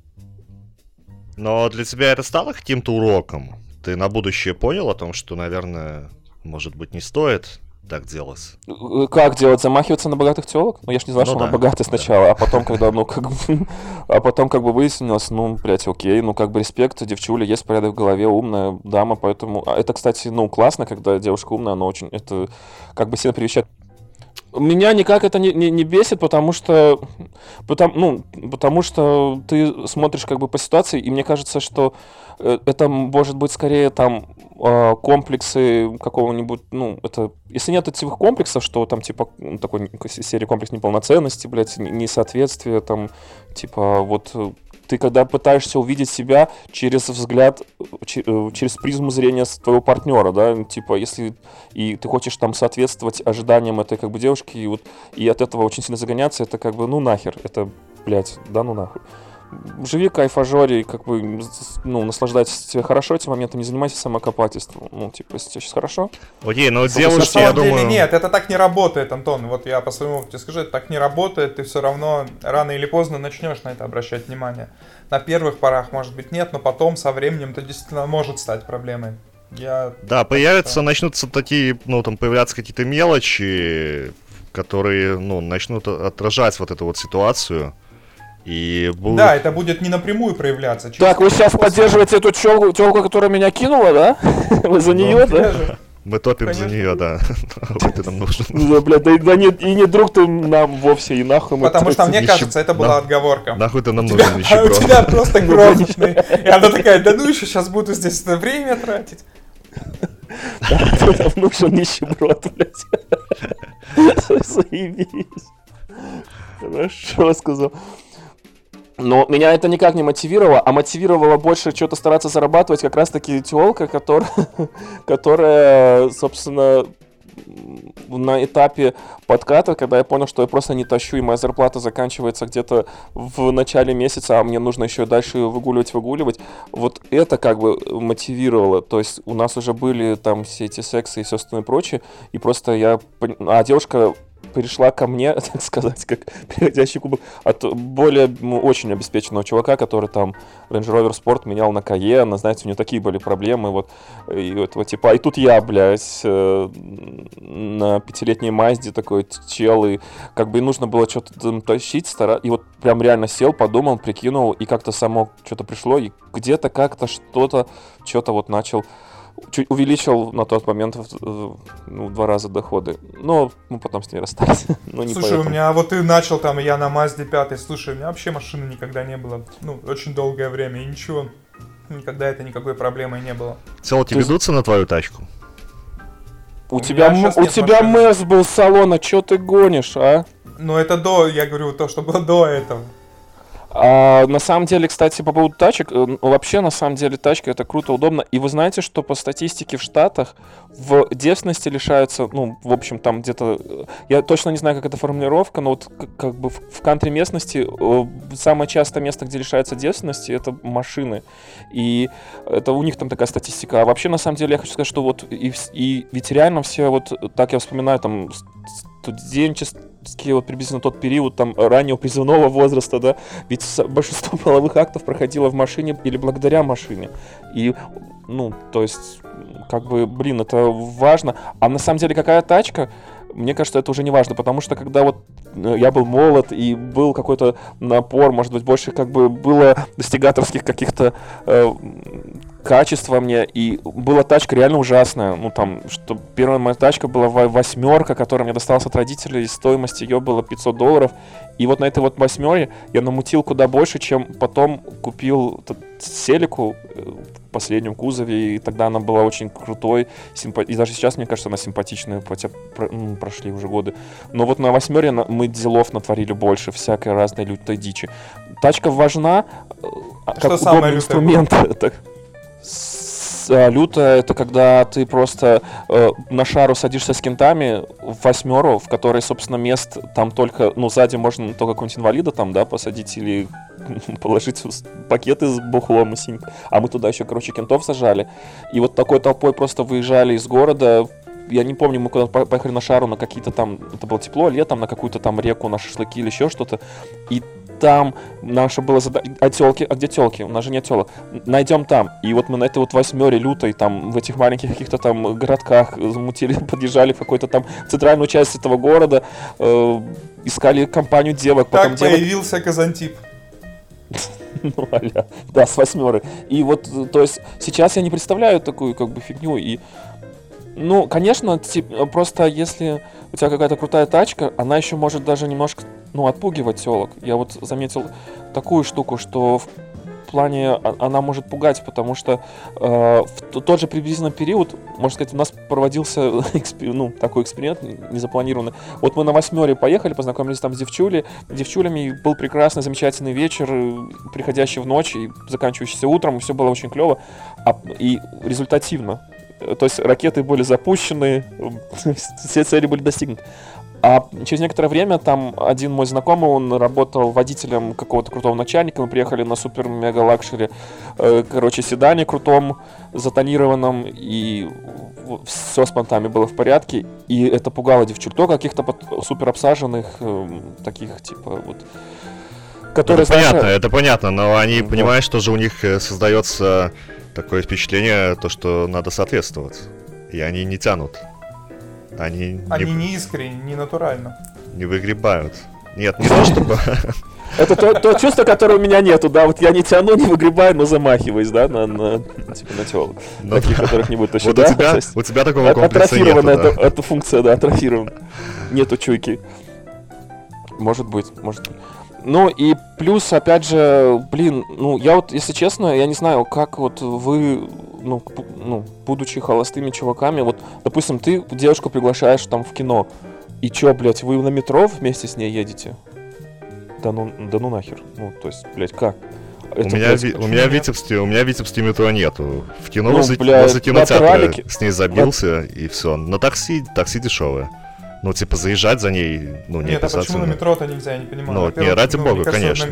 Но для тебя это стало каким-то уроком? Ты на будущее понял о том, что, наверное, может быть, не стоит так делать? Э, Как делать? Замахиваться на богатых телок? Ну я ж не знал, Ну что да, она богатая да. сначала, а потом, когда, ну, как бы, а потом, как бы выяснилось, ну, блядь, окей, ну, как бы респект, девчуля, есть порядок в голове, умная дама, поэтому... А это, кстати, ну, классно, когда девушка умная, она очень, это как бы сильно привещает. Меня никак это не, не, не бесит, потому что, потому, ну, потому что ты смотришь как бы по ситуации, и мне кажется, что э, это может быть скорее там э, комплексы какого-нибудь, ну, это, если нет этих комплексов, что там типа ну, такой серии комплекс неполноценности, блядь, не- несоответствия, там, типа вот э, ты когда пытаешься увидеть себя через взгляд, че- э, через призму зрения с- твоего партнера, да, типа если и ты хочешь там соответствовать ожиданиям этой как бы девушки, и вот и от этого очень сильно загоняться, это как бы ну нахер, это, блядь, да ну нахуй. Живи кайфажоре, как бы, с- ну, наслаждайся тебе хорошо этим моментом, не занимайся самокопательством. Ну, типа, если тебе сейчас хорошо. Окей, но На девушки, я самом деле думаю... нет, это так не работает, Антон. Вот я по своему опыту скажу, это так не работает. Ты все равно рано или поздно начнешь на это обращать внимание. На первых порах, может быть, нет, но потом со временем это действительно может стать проблемой. Я... Да, появятся, начнутся такие, ну, там, появляться какие-то мелочи, которые, ну, начнут отражать вот эту вот ситуацию. И будут... Да, это будет не напрямую проявляться. через Так, вы сейчас способ. поддерживаете эту челку, телку, которая меня кинула, да? Вы за нее, да? Даже. Мы топим Конечно. за нее, да. Вот это нам нужно. Да, блядь, да, и- да не, и не друг ты нам вовсе, и нахуй мы... Потому что мне нищеб- кажется, это была Да. отговорка. Нахуй ты нам У нужен, тебя, а у нищеброд. тебя просто крошечный. И она такая, да ну еще сейчас буду здесь это время тратить. Кто нам нужен нищеброд, блядь? Заебись. Хорошо сказал. Но меня это никак не мотивировало, а мотивировало больше что-то стараться зарабатывать как раз-таки тёлка, которая, которая, собственно, на этапе подката, когда я понял, что я просто не тащу, и моя зарплата заканчивается где-то в начале месяца, а мне нужно еще дальше выгуливать, выгуливать, вот это как бы мотивировало. То есть у нас уже были там все эти сексы и все остальное прочее, и просто я... пон- А девушка перешла ко мне, так сказать, как переходящий кубок, от более ну, очень обеспеченного чувака, который там Range Rover Sport менял на Cayenne, знаете, у него такие были проблемы, вот, и этого типа, и тут я, блядь, э, на пятилетней Мазде такой чел, и как бы и нужно было что-то там тащить, стара... и вот прям реально сел, подумал, прикинул, и как-то само что-то пришло, и где-то как-то что-то, что-то вот начал чуть увеличил на тот момент в, в- ну, в два раза доходы. Но мы потом с ней расстались. Но не Слушай, поэтому. у меня вот ты начал там, я на Мазде пятой. Слушай, у меня вообще машины никогда не было. Ну, очень долгое время, и ничего. Никогда это никакой проблемой не было. Телки То есть- ведутся на твою тачку? У, у тебя, меня м- щас у нет тебя машины. мэс был с салона, чё ты гонишь, а? Но это до, я говорю, то, что было до этого. А, на самом деле, кстати, по поводу тачек, э, вообще, на самом деле, тачка это круто, удобно. И вы знаете, что по статистике в Штатах в девственности лишаются, ну, в общем, там где-то, э, я точно не знаю, как это формулировка, но вот к- как бы в, в кантри местности э, самое частое место, где лишаются девственности, это машины. И это у них там такая статистика. А вообще, на самом деле, я хочу сказать, что вот и, вс- и ведь реально все вот, так я вспоминаю, там, студенческие, вот приблизительно тот период там раннего призывного возраста, да, ведь с- большинство половых актов проходило в машине или благодаря машине. И, ну, то есть, как бы, блин, это важно. А на самом деле какая тачка? Мне кажется, это уже не важно, потому что когда вот э, я был молод и был какой-то напор, может быть, больше как бы было достигаторских каких-то э, качеств во мне, и была тачка реально ужасная. Ну, там, что первая моя тачка была во- восьмерка, которая мне досталась от родителей, и стоимость ее была пятьсот долларов. И вот на этой вот восьмере я намутил куда больше, чем потом купил т- селику э, в последнем кузове, и тогда она была очень крутой, симпа- и даже сейчас, мне кажется, она симпатичная, хотя про- м, прошли уже годы. Но вот на восьмере на- мы делов натворили больше, всякой разной лютой дичи. Тачка важна, э, а Что как самое удобный лютое инструмент. Это с- а, лютое — это когда ты просто э, на шару садишься с кентами в восьмеру, в которой, собственно, мест там только, ну, сзади можно только какого-нибудь инвалида там, да, посадить или положить с- пакеты с бухлом и синьк. А мы туда еще, короче, кентов сажали. И вот такой толпой просто выезжали из города. Я не помню, мы куда-то по- поехали на шару, на какие-то там, это было тепло, летом, на какую-то там реку, на шашлыки или еще что-то. И там наша была задача... А телки? А где телки? У нас же нет телок. Найдем там. И вот мы на этой вот восьмере лютой, там, в этих маленьких каких-то там городках замутили, подъезжали в какой-то там центральную часть этого города, э, искали компанию девок. Потом Как девок... появился Казантип? Ну, а-ля. Да, с восьмеры. И вот, э, то есть, сейчас я не представляю такую, как бы, фигню. И, ну, конечно, тип- просто если у тебя какая-то крутая тачка, она еще может даже немножко, ну, отпугивать телок. Я вот заметил такую штуку, что в плане а- она может пугать, потому что э, в т- тот же приблизительно период, можно сказать, у нас проводился эксп- ну, такой эксперимент незапланированный. Вот мы на восьмере поехали, познакомились там с девчули, девчулями, и был прекрасный, замечательный вечер, э, приходящий в ночь и заканчивающийся утром, и все было очень клево, а, и результативно. Э, То есть ракеты были запущены, э, все цели были достигнуты. А через некоторое время там один мой знакомый, он работал водителем какого-то крутого начальника, мы приехали на супер-мега-лакшери, э, короче, седане крутом, затонированном, и все с понтами было в порядке, и это пугало девчур. То каких-то под- супер обсаженных, э, таких, типа, вот, которые, Это знаешь, понятно, это понятно, но они Да. понимают, что же у них э, создается такое впечатление, то, что надо соответствовать. И они не тянут. Они, Они не, не искренне, не натурально. не выгребают. Нет, не то чтобы... это то, то чувство, которое у меня нету, да, вот я не тяну, не выгребаю, но замахиваюсь, да, на, на типа, на телок. Ну Таких, да. которых не будет точно, Вот да? у тебя, То есть у тебя такого а- комплекса нету, атрофирована да. эта, эта функция, да, атрофирована. Нету чуйки. Может быть, может быть. Ну и плюс, опять же, блин, ну я вот, если честно, я не знаю, как вот вы, ну, п- ну будучи холостыми чуваками, вот, допустим, ты девушку приглашаешь там в кино, и чё, блядь, вы на метро вместе с ней едете? Да ну, да ну нахер. Ну, то есть, блядь, как? У Это, меня, блядь, ви- у почему меня в нет? Витебске, у меня в Витебске метро нету. В кино Ну, возле, бля, возле кинотеатра натуралики- с ней забился, и все. На такси, такси дешевое. Ну, типа, заезжать за ней, ну, не Нет, а почему на обязательно. метро-то нельзя, я не понимаю. Ну, Во-первых, не, ради ну, бога, мне кажется, конечно. на-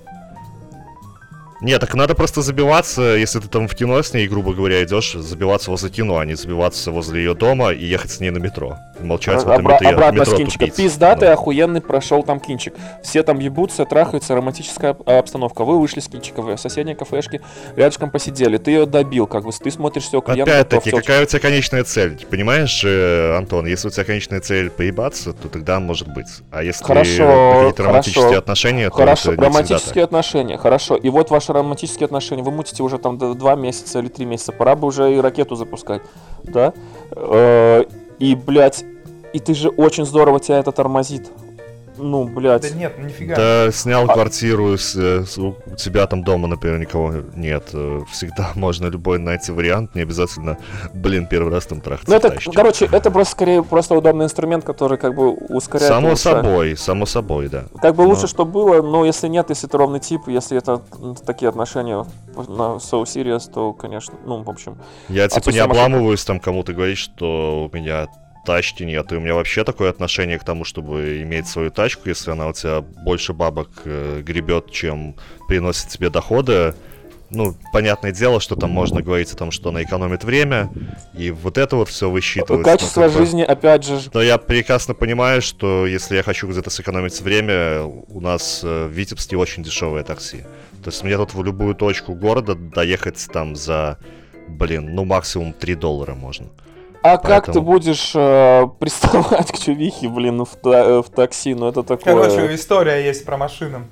Нет, так надо просто забиваться, если ты там в кино с ней, грубо говоря, идешь, забиваться возле кино, а не забиваться возле ее дома и ехать с ней на метро. И молчать в этом Обра- метро, обратно метро с кинчика. тупить. Пиздатый, Ну. охуенный прошел там кинчик. Все там ебутся, трахаются, романтическая а, обстановка. Вы вышли с кинчика в соседней кафешке, рядышком посидели. Ты ее добил, как бы ты смотришь, все, клиент готов. Опять-таки, всё. какая у тебя конечная цель? Понимаешь, э, Антон, если у тебя конечная цель поебаться, то тогда может быть. А если Хорошо, какие-то романтические хорошо. отношения, то Хорошо, это не романтические всегда отношения, хорошо. И вот ваши романтические отношения, вы мутите уже там д- два месяца или три месяца, пора бы уже и ракету запускать, да? Э, И, блядь, и ты же очень здорово тебя это тормозит. Ну, блядь. Да нет, ну нифига. Да, снял А- квартиру, с, э, с- у тебя там дома, например, никого нет. э, Всегда можно любой найти вариант, не обязательно, блин, первый раз там трахаться. Ну, это, тащить. короче, это просто скорее просто удобный инструмент, который как бы ускоряет. Само лучше. собой, само собой, да. Как бы лучше, Но- что было, но если нет, если это ровный тип, если это м, такие отношения на so serious, то, конечно, ну, в общем. Я типа Отсутствие не машины. обламываюсь там кому-то говорить, что у меня тачки нет. И у меня вообще такое отношение к тому, чтобы иметь свою тачку, если она у тебя больше бабок э, гребет, чем приносит тебе доходы. Ну, понятное дело, что там можно говорить о том, что она экономит время, и вот это вот все высчитывается. Качество Ну, как бы- жизни, опять же, Но я прекрасно понимаю, что если я хочу где-то сэкономить время, у нас э, в Витебске очень дешевое такси. То есть мне тут в любую точку города доехать там за, блин, ну максимум три доллара можно. а как ты поэтому- будешь э, приставать к чувихе, блин, в, та- э, в такси, ну это такое... Короче, история есть про машину.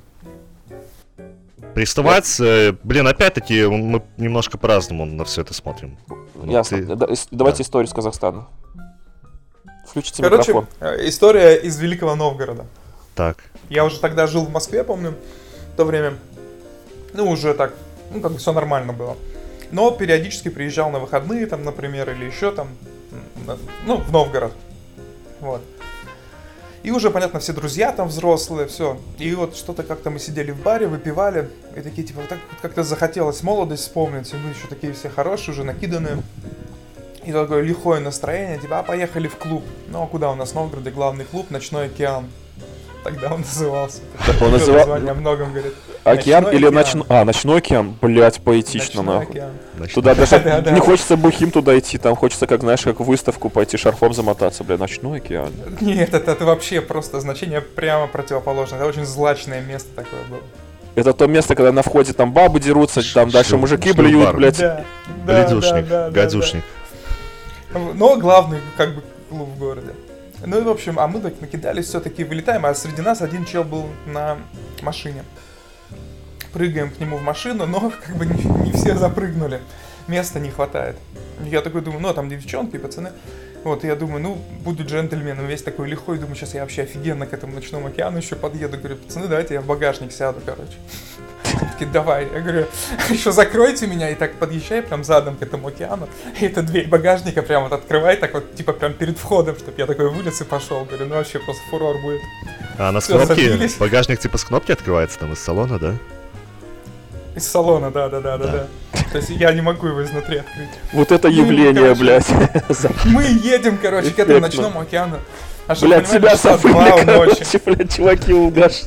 Приставать, э, блин, опять-таки мы немножко по-разному на все это смотрим. Ну, Ясно. ты- Да, ис- давайте да. историю из Казахстана. Включите Короче, микрофон. э, история из Великого Новгорода. Так. Я уже тогда жил в Москве, помню, в то время. Ну, уже так, ну, как бы все нормально было. Но периодически приезжал на выходные, там, например, или еще там, м, на- ну, в Новгород. Вот. И уже, понятно, все друзья там взрослые, все. И вот что-то как-то мы сидели в баре, выпивали, и такие, типа, вот так вот как-то захотелось молодость вспомнить, и мы еще такие все хорошие, уже накиданные. И такое лихое настроение, типа, а поехали в клуб. Ну, а куда у нас в Новгороде главный клуб? Ночной океан. Тогда он назывался. Так он Уже называ- название о многом говорит. Океан Ночной или океан. ночной... А, ночной океан, блять, поэтично, Ночной нахуй. океан. Значит, Туда даже Да, да. не хочется бухим туда идти, там хочется, как, знаешь, как в выставку пойти шарфом замотаться, бля, ночной океан. Нет, это, это вообще просто значение прямо противоположное. Это очень злачное место такое было. Это то место, когда на входе там бабы дерутся, там дальше шлю- мужики шлюбар. блюют, блядь. Да, да, Бледюшник, да, да, гадюшник. да. Но главный, как бы, клуб в городе. Ну и, в общем, а мы так накидались, все-таки вылетаем, а среди нас один чел был на машине. Прыгаем к нему в машину, но как бы не, не все запрыгнули. Места не хватает. Я такой думаю, ну, там девчонки, пацаны. Вот, и я думаю, ну, буду джентльменом, весь такой лихой, думаю, сейчас я вообще офигенно к этому ночному океану еще подъеду. Говорю, пацаны, давайте я в багажник сяду, короче. Такие, давай. Я говорю, еще закройте меня, и так подъезжай прям задом к этому океану. И эта дверь багажника прям вот открывай, так вот, типа, прям перед входом, чтобы я такой вылез и пошел. Говорю, ну, вообще просто фурор будет. А на с Всё, кнопки, забились. багажник типа с кнопки открывается там из салона, да? Из салона, да-да-да-да. Да. да. То есть я не могу его изнутри открыть. Вот это Ну, явление, короче. блядь. Мы едем, короче, к этому Эффектно. ночному океану. А что, Блядь, тебя понимаешь, часа забыли, два у ночи. короче, блядь, чуваки угаш.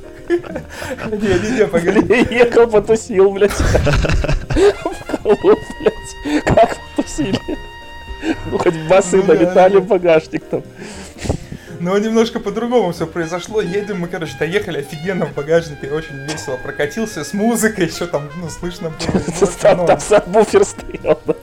Не-не-не, погоди. Ехал, потусил, блядь. В колу, блядь. Как потусили? Ну, хоть басы Ну да, налетали да. в багажник там. Но немножко по-другому все произошло. Едем мы, короче, доехали офигенно в багажнике, очень весело прокатился с музыкой, еще там, ну, слышно было. Ну, Там ну, там сабвуфер стоял, да.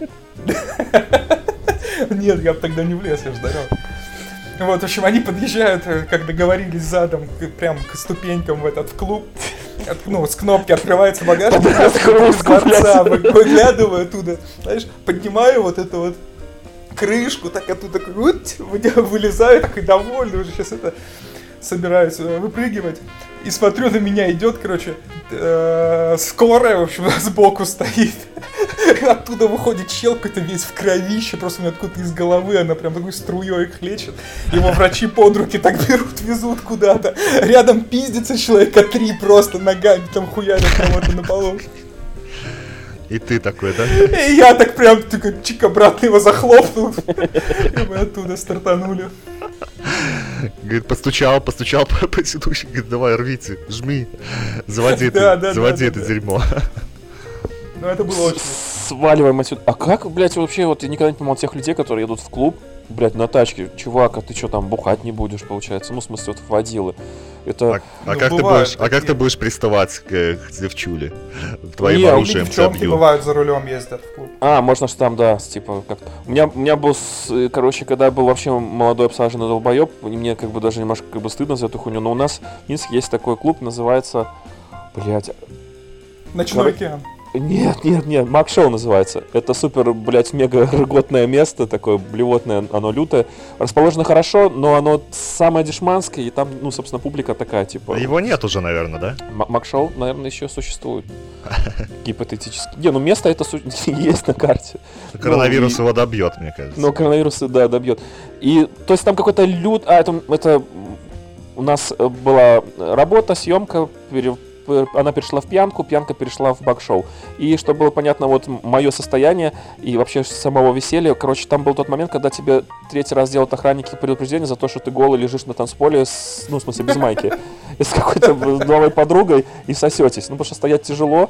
Нет, я бы тогда не влез, я ж здоров. Вот, в общем, они подъезжают, э, как договорились, задом, к- прям к ступенькам в этот клуб. От- ну, с кнопки открывается багажник, Под я разгрузку, из дворца блядь. вы- выглядываю оттуда, знаешь, поднимаю вот эту вот крышку, так оттуда такой, вот, вы- вылезаю, такой довольный, уже сейчас это собираюсь э, выпрыгивать. И смотрю, на меня идет, короче, э, скорая, в общем, сбоку стоит. Оттуда выходит чел какой-то весь в кровище, просто у меня откуда-то из головы, она прям такой струей хлещет. Его врачи под руки так берут, везут куда-то. Рядом пиздится человека три просто ногами, там хуярят кого-то на полу. И ты такой, да? И я так прям, такой, чик, обратно его захлопнул. И мы оттуда стартанули. Говорит, постучал, постучал по, по сидущей, говорит, давай, рвите, жми, заводи, Да, это, да, заводи да, это да. дерьмо. Ну, это было очень... Сваливаем отсюда. А как, блядь, вообще, вот я никогда не понимал тех людей, которые едут в клуб, блядь, на тачке. Чувак, а ты что там, бухать не будешь, получается? Ну, в смысле, вот водилы. Это... А, а Ну, как ты бывают будешь, а как ты такие. будешь приставать к, к девчуле? Твоим Не, у оружием тебя Девчонки бьют. бывают за рулем ездят в клуб. А, можно ж там, да, с, типа, как... У меня, у меня был, с- э, короче, когда я был вообще молодой обсаженный долбоеб, и мне как бы даже немножко как бы стыдно за эту хуйню, но у нас в Минске есть такой клуб, называется, блядь, Ночной Короче, океан. Нет, нет, нет, Мак-шоу называется. Это супер, блядь, мега рыготное место, такое блевотное, оно лютое. Расположено хорошо, но оно самое дешманское, и там, ну, собственно, публика такая, типа... Его нет уже, наверное, да? М- Мак-шоу, наверное, еще существует. Гипотетически. Не, ну место это су- есть на карте. Коронавирус ну, и... его добьет, мне кажется. Ну, коронавирус, да, добьет. И, то есть там какой-то лют... А, это, это... У нас была работа, съемка, пере... она перешла в пьянку, пьянка перешла в бак-шоу. И чтобы было понятно вот мое состояние и вообще самого веселья, короче, там был тот момент, когда тебе третий раз делают охранники предупреждение за то, что ты голый лежишь на танцполе, с, ну, в смысле, без майки, с какой-то новой подругой и сосетесь. Ну, потому что стоять тяжело.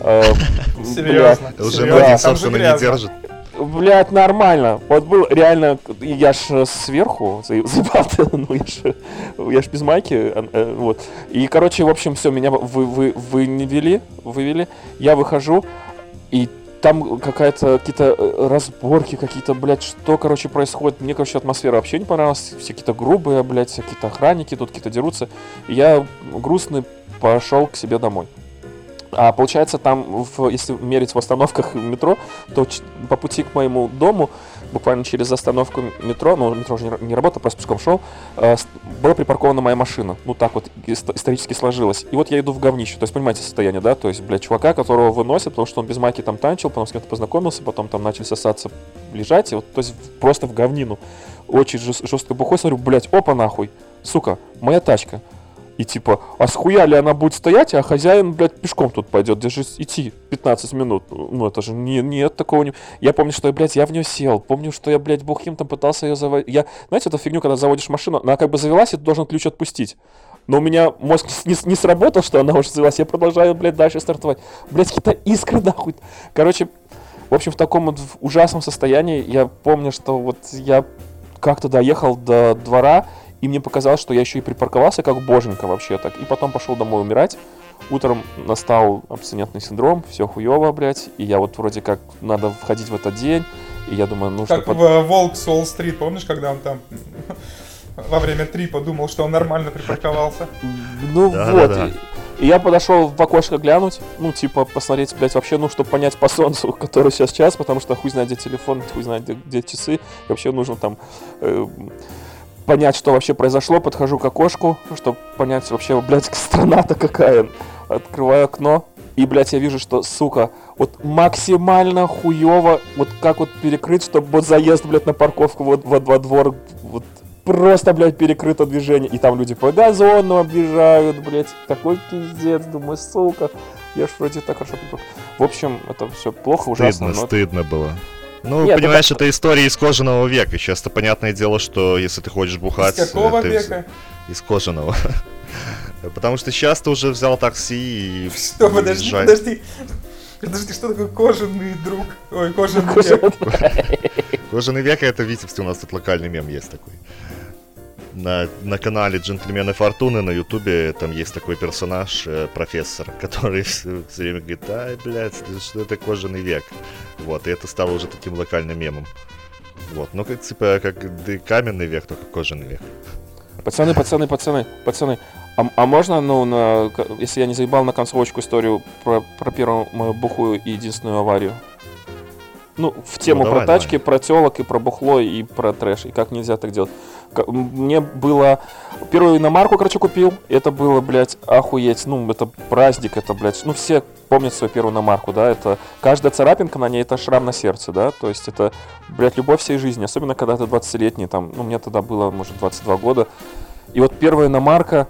Серьезно? Уже ноги, собственно, не держит. Блять, нормально. Вот был реально, я ж сверху заебал, ну я ж, я ж без майки, вот. И, короче, в общем, все, меня вы, вы, вывели, вывели, я выхожу, и там какая-то, какие-то разборки, какие-то, блядь, что, короче, происходит. Мне, короче, атмосфера вообще не понравилась, все какие-то грубые, блядь, какие-то охранники, тут какие-то дерутся. И я грустный пошел к себе домой. А получается, там, в, если мерить в остановках метро, то ч- по пути к моему дому, буквально через остановку метро, ну, метро уже не, не работало, просто пешком шел, э, была припаркована моя машина. Ну, так вот ист- исторически сложилось. И вот я иду в говнище. То есть, понимаете состояние, да? То есть, блядь, чувака, которого выносят, потому что он без майки там танчил, потом с кем-то познакомился, потом там начали сосаться, лежать, и вот, то есть, просто в говнину. Очень жест- жестко бухой, смотрю, блядь, опа нахуй, сука, моя тачка. И типа, а схуя ли она будет стоять, а хозяин, блядь, пешком тут пойдет, даже идти пятнадцать минут. Ну, это же не, нет такого не... Я помню, что, блядь, я в нее сел. Помню, что я, блядь, бухим там пытался ее заводить. Я, знаете, эту фигню, когда заводишь машину, она как бы завелась, и ты должен ключ отпустить. Но у меня мозг не, не сработал, что она уже завелась. Я продолжаю, блядь, дальше стартовать. Блядь, какие-то искры, нахуй. Короче, в общем, в таком вот ужасном состоянии. Я помню, что вот я как-то доехал до двора, и мне показалось, что я еще и припарковался как боженька вообще так. И потом пошел домой умирать. Утром настал абстинентный синдром, все хуево, блядь. И я вот вроде как надо входить в этот день. И я думаю, ну что... Как под... в «Волк с Уолл-стрит», помнишь, когда он там во время трипа думал, что он нормально припарковался? Ну да, вот. Да, да. И, и я подошел в окошко глянуть, ну типа посмотреть, блядь, вообще, ну чтобы понять по солнцу, который сейчас час, потому что хуй знает где телефон, хуй знает где, где часы. И вообще нужно там... Э, понять, что вообще произошло, подхожу к окошку, чтобы понять вообще, блядь, страна-то какая. Открываю окно, и, блядь, я вижу, что, сука, вот максимально хуёво, вот как вот перекрыть, чтобы вот заезд, блядь, на парковку вот во, во двор, вот просто, блядь, перекрыто движение. И там люди по газону объезжают, блядь, такой пиздец, думаю, сука, я ж вроде так хорошо припарковал. В общем, это все плохо, ужасно. Стыдно, но... стыдно было. Ну, Нет, понимаешь, это... это история из кожаного века. Сейчас-то понятное дело, что если ты хочешь бухать... Из какого ты... века? Из кожаного. Потому что сейчас ты уже взял такси и... Что, подожди, подожди. Подожди, что такое кожаный друг? Ой, кожаный век. Кожаный век — это в Витебске, у нас тут локальный мем есть такой. На, на канале «Джентльмены Фортуны» на Ютубе там есть такой персонаж, э, профессор, который все, все время говорит: ай, блядь, что это кожаный век. Вот, и это стало уже таким локальным мемом. Вот, ну как типа, как да, каменный век, только кожаный век. Пацаны, пацаны, пацаны, пацаны, а, а можно, ну, на, если я не заебал, на концовочку историю про, про первую мою бухую и единственную аварию? Ну, в тему ну, давай, про тачки, давай. Про телок и про бухло и про трэш. И как нельзя так делать. Мне было... Первую иномарку, короче, купил. Это было, блядь, охуеть. Ну, это праздник, это, блядь... Ну, все помнят свою первую иномарку, да? Это... Каждая царапинка на ней — это шрам на сердце, да? То есть это, блядь, любовь всей жизни. Особенно, когда ты двадцатилетний, там... Ну, мне тогда было, может, двадцать два года. И вот первая иномарка...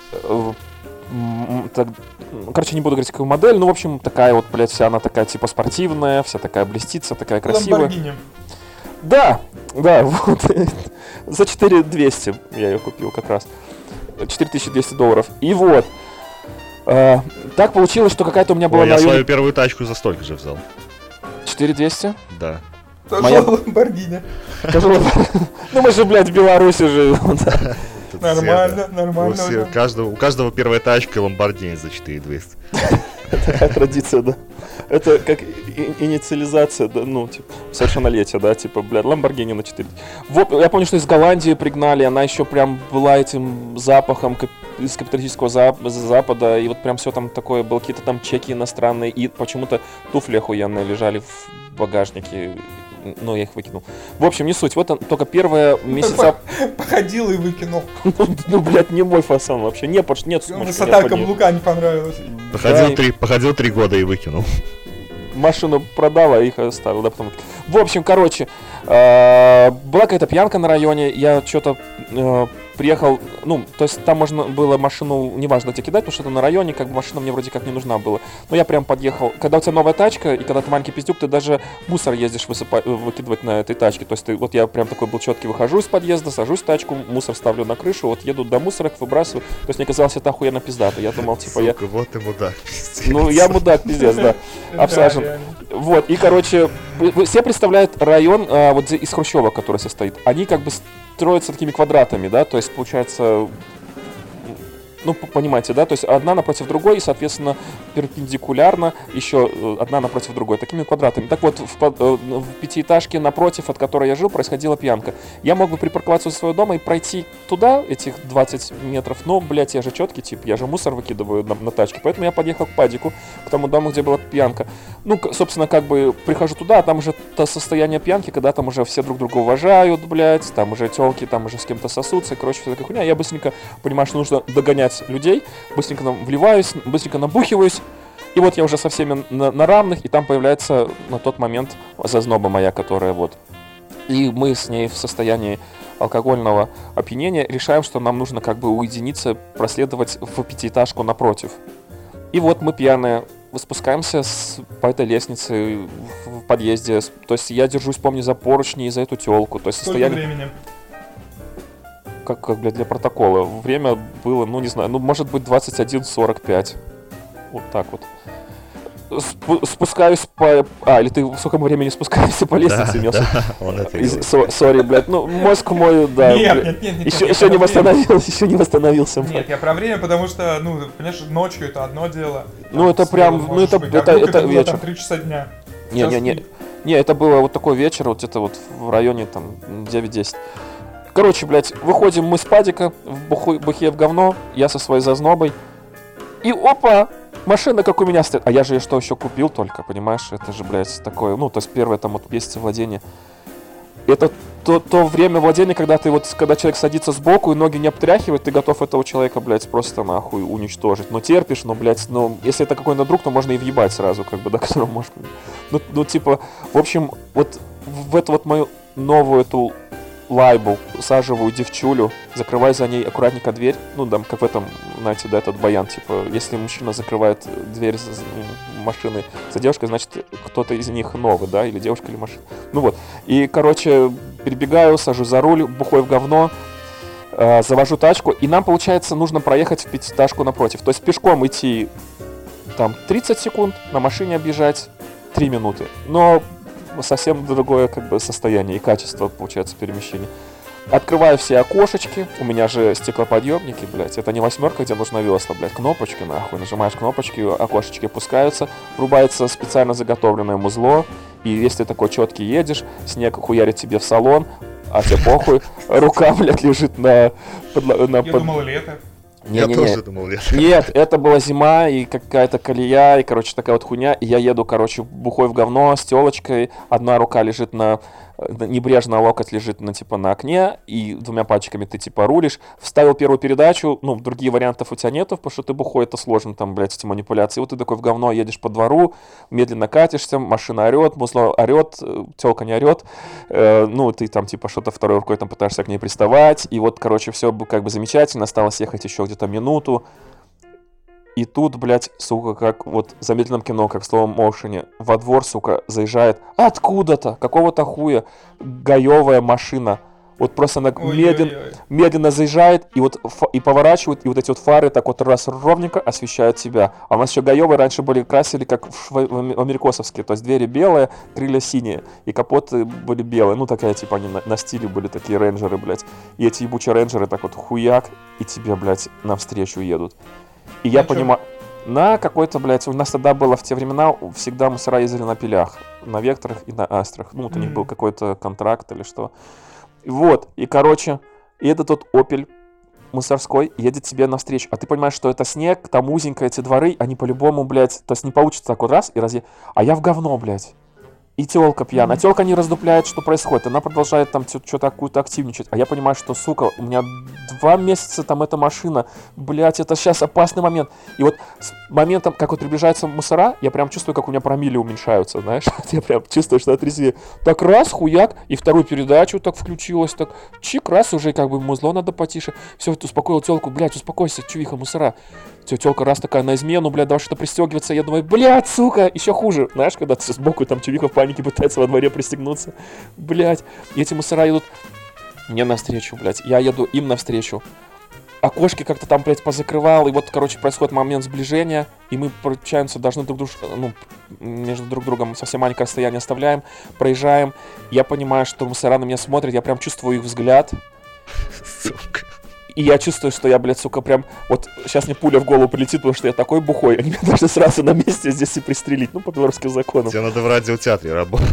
Так, короче, не буду говорить, какую модель, но, в общем, такая вот, блядь, вся она такая, типа, спортивная, вся такая блестится, такая красивая. Ламборгини. Да, да, вот. За четыре тысячи двести я ее купил как раз. четыре тысячи двести долларов. И вот. А, так получилось, что какая-то у меня была... Ой, я районе... свою первую тачку за столько же взял. четыре тысячи двести? Да. Тоже Моя... Ламборгини. Ну мы же, блядь, в Беларуси живем. Нормально, нормально. У каждого, у каждого первая тачка Ламборгини за четыре тысячи двести. Такая традиция, да. Это как инициализация, да, ну, типа, совершеннолетия, да, типа, блядь, Ламборгини на четыре. Вот, я помню, что из Голландии пригнали, она еще прям была этим запахом из капиталистического Запада, и вот прям все там такое, было какие-то там чеки иностранные, и почему-то туфли охуенные лежали в багажнике, но я их выкинул. В общем, не суть, вот он, только первые месяца... Походил и выкинул. Ну, блядь, не мой фасон вообще, не, нет сумочки. Высота каблука не понравилась. Походил, три, походил три года и выкинул. Машину продал, а их оставил, да, потом... В общем, короче, была какая-то пьянка на районе, я что-то приехал, ну, то есть там можно было машину, неважно, тебе кидать, потому что это на районе, как бы машина мне вроде как не нужна была. Но я прям подъехал. Когда у тебя новая тачка, и когда ты маленький пиздюк, ты даже мусор ездишь высыпать, выкидывать на этой тачке. То есть ты, вот я прям такой был четкий, выхожу из подъезда, сажусь в тачку, мусор ставлю на крышу, вот еду до мусорок, выбрасываю. То есть мне казалось, это охуенно пиздато. Я думал, типа, я... вот и мудак, пиздец. Ну, я мудак, пиздец, да. Обсажен. Вот, и, короче, все представляют район а, вот из хрущевок, который состоит. Они как бы строятся такими квадратами, да, то есть получается, ну, понимаете, да, то есть одна напротив другой, и, соответственно, перпендикулярно еще одна напротив другой, такими квадратами. Так вот, в, в пятиэтажке напротив, от которой я жил, происходила пьянка. Я мог бы припарковаться у своего дома и пройти туда, этих двадцать метров, но, блядь, я же четкий тип, я же мусор выкидываю на, на тачке, поэтому я подъехал к падику, к тому дому, где была пьянка. Ну, собственно, как бы прихожу туда, а там уже то состояние пьянки, когда там уже все друг друга уважают, блядь, там уже телки, там уже с кем-то сосутся, и, короче, вся такая хуйня. Я быстренько понимаю, что нужно догонять людей, быстренько там вливаюсь, быстренько набухиваюсь, и вот я уже со всеми на, на равных, и там появляется на тот момент зазноба моя, которая вот. И мы с ней в состоянии алкогольного опьянения решаем, что нам нужно как бы уединиться, проследовать в пятиэтажку напротив. И вот мы пьяные спускаемся с, по этой лестнице в, в подъезде, то есть я держусь, помню, за поручни и за эту телку. То есть Сколько состояние... времени? Как, как, блядь, для протокола. Время было, ну, не знаю, ну, может быть, двадцать один сорок пять. Вот так вот. Спу- спускаюсь по... А, или ты сколько времени спускаешься по лестнице? Да, да, он это Из... Сори, блядь, ну, мозг мой, да. Нет, нет, нет, нет. Еще, нет, еще не восстановился, еще не восстановился. Нет, я про время, потому что, ну, понимаешь, ночью это одно дело. Ну, это прям, ну, это, быть. это, А это, это было вечер. там три часа дня. Не, не, не, не, это было вот такой вечер, вот где-то вот в районе, там, девять-десять. Короче, блядь, выходим мы с падика, в буху, бухе в говно, я со своей зазнобой. И опа! Машина как у меня стоит. А я же ее что еще купил только, понимаешь? Это же, блядь, такое, ну, то есть первое там вот месяца владения. Это то, то время владения, когда ты вот, когда человек садится сбоку и ноги не обтряхивает, ты готов этого человека, блядь, просто нахуй уничтожить. Но терпишь, но, блядь, ну, если это какой-то друг, то можно и въебать сразу, как бы, да, которому можно... Ну, ну, типа, в общем, вот в эту вот мою новую эту лайбу, усаживаю девчулю, закрываю за ней аккуратненько дверь, ну, там, как в этом, знаете, да, этот баян, типа, если мужчина закрывает дверь за, за, машины за девушкой, значит, кто-то из них новый, да, или девушка, или машина. Ну вот, и, короче, перебегаю, сажусь за руль, бухой в говно, э, завожу тачку, и нам, получается, нужно проехать в пятиэтажку напротив, то есть пешком идти, там, тридцать секунд, на машине объезжать три минуты, но совсем другое как бы состояние и качество, получается, перемещения. Открываю все окошечки, у меня же стеклоподъемники, блядь, это не восьмерка, где нужно весла, блядь, кнопочки, нахуй, нажимаешь кнопочки, окошечки опускаются, врубается специально заготовленное музло, и если такой четкий едешь, снег хуярит тебе в салон, а тебе похуй, рука, блядь, лежит на... на Я под... думал, лето. Не, я не, тоже не. думал, лето. Нет, это была зима и какая-то колея, и, короче, такая вот хуйня. И я еду, короче, бухой в говно с телочкой. Одна рука лежит на... Небрежно локоть лежит на, типа, на окне, и двумя пальчиками ты, типа, рулишь. Вставил первую передачу, ну, другие вариантов у тебя нету, потому что ты бухой, это сложно, там, блядь, эти манипуляции. Вот ты такой в говно едешь по двору, медленно катишься, машина орет, музло орет, телка не орет. Э, ну, ты там, типа, что-то второй рукой там пытаешься к ней приставать. И вот, короче, все как бы замечательно, осталось ехать еще где-то минуту. И тут, блядь, сука, как вот в замедленном кино, как в словом моушене, во двор, сука, заезжает откуда-то, какого-то хуя, гаевая машина. Вот просто она медленно, медленно заезжает и вот и поворачивает, и вот эти вот фары так вот раз ровненько освещают тебя. А у нас еще гаевые раньше были, красили как в, в америкосовские, то есть двери белые, крылья синие, и капоты были белые. Ну, такая, типа, они на, на стиле были такие рейнджеры, блядь. И эти ебучие рейнджеры так вот хуяк, и тебе, блядь, навстречу едут. И я понимаю, на какой-то, блядь, у нас тогда было в те времена, всегда мусора ездили на пилях, на Векторах и на Астрах. Ну, вот у них был какой-то контракт или что. Вот, и, короче, и это тот Opel, мусорской едет тебе навстречу, а ты понимаешь, что это снег, там узенько эти дворы, они по-любому, блядь, то есть не получится так вот раз и разъехать. А я в говно, блядь. И тёлка пьяна. А тёлка не раздупляет, что происходит. Она продолжает там что-то какую-то активничать. А я понимаю, что, сука, у меня два месяца там эта машина. Блядь, это сейчас опасный момент. И вот с моментом, как вот приближаются мусора, я прям чувствую, как у меня промилле уменьшаются, знаешь. Я прям чувствую, что отрезвее. Так раз, хуяк, и вторую передачу так включилась, так чик, раз, уже как бы музло надо потише. Все, успокоил тёлку, блядь, успокойся, чувиха, мусора. Все, тёлка раз такая на измену, блядь, давай что-то пристегиваться. Я думаю, блядь, сука, еще хуже. Знаешь, когда ты сбоку там чувиха в панике пытается во дворе пристегнуться. Блядь, и эти мусора едут мне навстречу, блядь. Я еду им навстречу. Окошки как-то там, блядь, позакрывал. И вот, короче, происходит момент сближения. И мы, получаемся, должны друг друга, ну, между друг другом совсем маленькое расстояние оставляем. Проезжаем. Я понимаю, что мусора на меня смотрят. Я прям чувствую их взгляд. Сука. И я чувствую, что я, блядь, сука, прям... Вот сейчас мне пуля в голову полетит, потому что я такой бухой. Они меня должны сразу на месте здесь и пристрелить. Ну, по белорусским законам. Тебе надо в радиотеатре работать.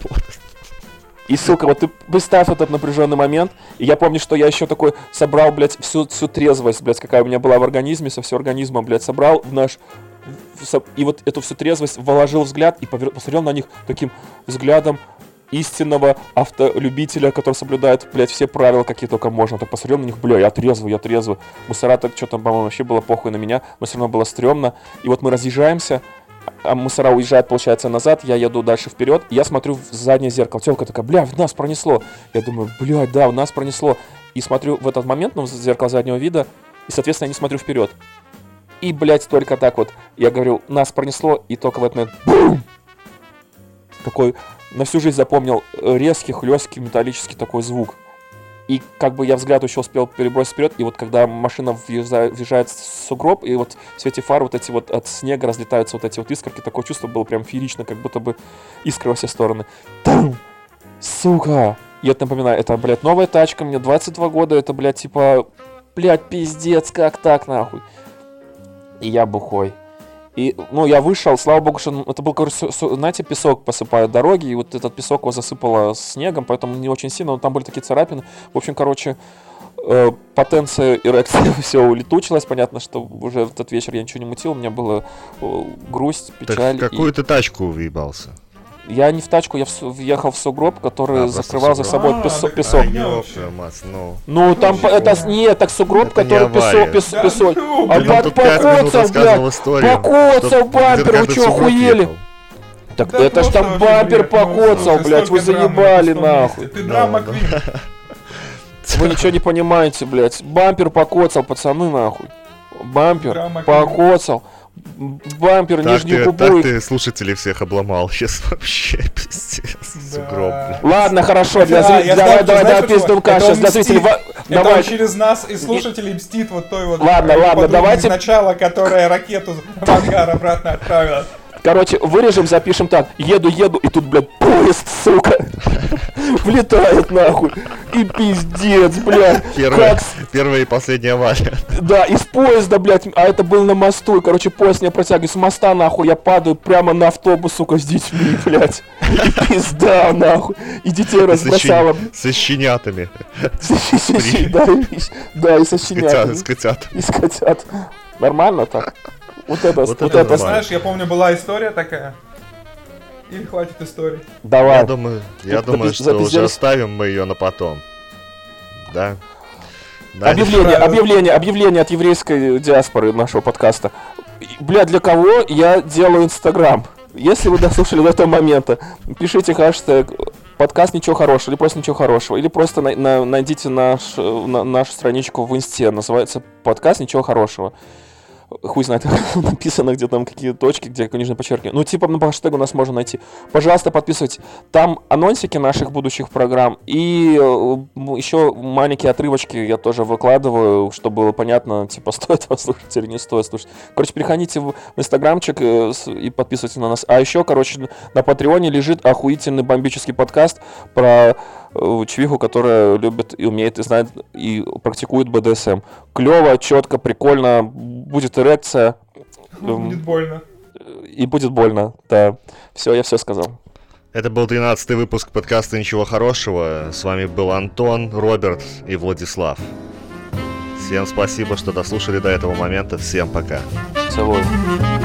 И, сука, вот ты представь этот напряженный момент. И я помню, что я еще такой собрал, блядь, всю, всю трезвость, блядь, какая у меня была в организме, со всего организма, блядь, собрал в наш... И вот эту всю трезвость вложил взгляд и посмотрел на них таким взглядом истинного автолюбителя, который соблюдает, блядь, все правила, какие только можно. Так посмотрел на них, бля, я трезвый, я трезвый. Мусора так, что там, по-моему, вообще было похуй на меня, но все равно было стрёмно. И вот мы разъезжаемся, а мусора уезжает, получается, назад, я еду дальше вперед, и я смотрю в заднее зеркало. Тёлка такая, бля, в нас пронесло. Я думаю, блядь, да, в нас пронесло. И смотрю в этот момент, ну, в зеркало заднего вида, и, соответственно, я не смотрю вперед. И, блядь, только так вот, я говорю, нас пронесло, и только в этот момент, бум! Такой... На всю жизнь запомнил резкий, хлесткий, металлический такой звук. И как бы я взгляд еще успел перебросить вперед, и вот когда машина въезжает, въезжает в сугроб, и вот в свете фар вот эти вот от снега разлетаются вот эти вот искорки, такое чувство было прям феерично, как будто бы искры во все стороны. Там! Сука! Я это напоминаю, это, блядь, новая тачка, мне двадцать два года, это, блядь, типа, блядь, пиздец, как так, нахуй? И я бухой. И, ну, я вышел, слава богу, что это был, короче, знаете, песок посыпают дороги, и вот этот песок его засыпало снегом, поэтому не очень сильно, но там были такие царапины. В общем, короче, э, потенция эрекции все улетучилась, понятно, что уже в тот вечер я ничего не мутил, у меня была э, грусть, печаль. Так в какую и... ты тачку въебался? Я не в тачку, я в, въехал в сугроб, который а, закрывал за собой а, песок. так песок. А, ёпта, мать, ну... Ну, там, Ничего. это, нет, так сугроб, Это который не песок, авария. песок, Да, песок. ну, А блин, он под тут пять минут покоцал, рассказывал блядь, историю. покоцал Что бампер, где-то вы чё, сугроб охуели? ехал. Так Да это ж просто там вообще бампер бред, ну, покоцал, слушай, блядь, вы столько драмы заебали на пустом нахуй. месте. Ты драма Ну, квин. Вы ничего не понимаете, блядь. Бампер покоцал, пацаны, нахуй. Бампер Драма, покоцал. Бампер, Так нижнюю ты, губу. так и- ты слушателей всех обломал. Сейчас вообще пиздец. Сугроб, блядь. Ладно, хорошо, для Да, зрителей. я Давай, знаю, давай, знаешь, давай, почему? пиздунка. Это Сейчас он для зрителей. мстит. ва- Это Давай. он через нас и слушателей мстит вот той вот... Ладно, э, ладно, подруге давайте- из начала, которая ракету в ангар обратно отправила. Короче, вырежем, запишем так. Еду, еду, и тут, блядь, поезд, сука. Влетает, нахуй. И пиздец, блядь. Первая, Как первая и последняя авария. Да, из поезда, блядь, а это был на мосту, и, короче, поезд меня протягивает с моста, нахуй, я падаю прямо на автобус, сука, с детьми, блядь, и пизда, нахуй, и детей Со, разбросала, щен- со щенятами. да, и- да, и со С котят- щенятами, с котят. и с котят, нормально так? Вот это, Вот вот это это, нормально. Знаешь, я помню, была история такая. Или хватит истории? давай, Я думаю, я Тут думаю, запи- что уже запизделись? оставим мы ее на потом. Да? Да, объявление, правильно. объявление, объявление от еврейской диаспоры нашего подкаста. И, бля, для кого я делаю Инстаграм? Если вы дослушали до этого момента, пишите хэштег подкаст «Ничего хорошего» или просто «Ничего хорошего», или просто на- на- найдите наш, на- нашу страничку в Инсте, называется подкаст «Ничего хорошего». Хуй знает, как написано, где там какие точки, где нижнее подчеркивание. Ну, типа, ну, по хэштегу нас можно найти. Пожалуйста, подписывайтесь. Там анонсики наших будущих программ. И еще маленькие отрывочки я тоже выкладываю, чтобы было понятно, типа, стоит вас слушать или не стоит слушать. Короче, переходите в инстаграмчик э, с- и подписывайтесь на нас. А еще, короче, на Патреоне лежит охуительный бомбический подкаст про э, чувиху, которая любит и умеет, и знает, и практикует бэ дэ эс эм. Клево, четко, прикольно, будет эрекция, эм, Будет больно. и будет больно, да. Все, я все сказал. Это был тринадцатый выпуск подкаста «Ничего хорошего». С вами был Антон, Роберт и Владислав. Всем спасибо, что дослушали до этого момента. Всем пока. Целую.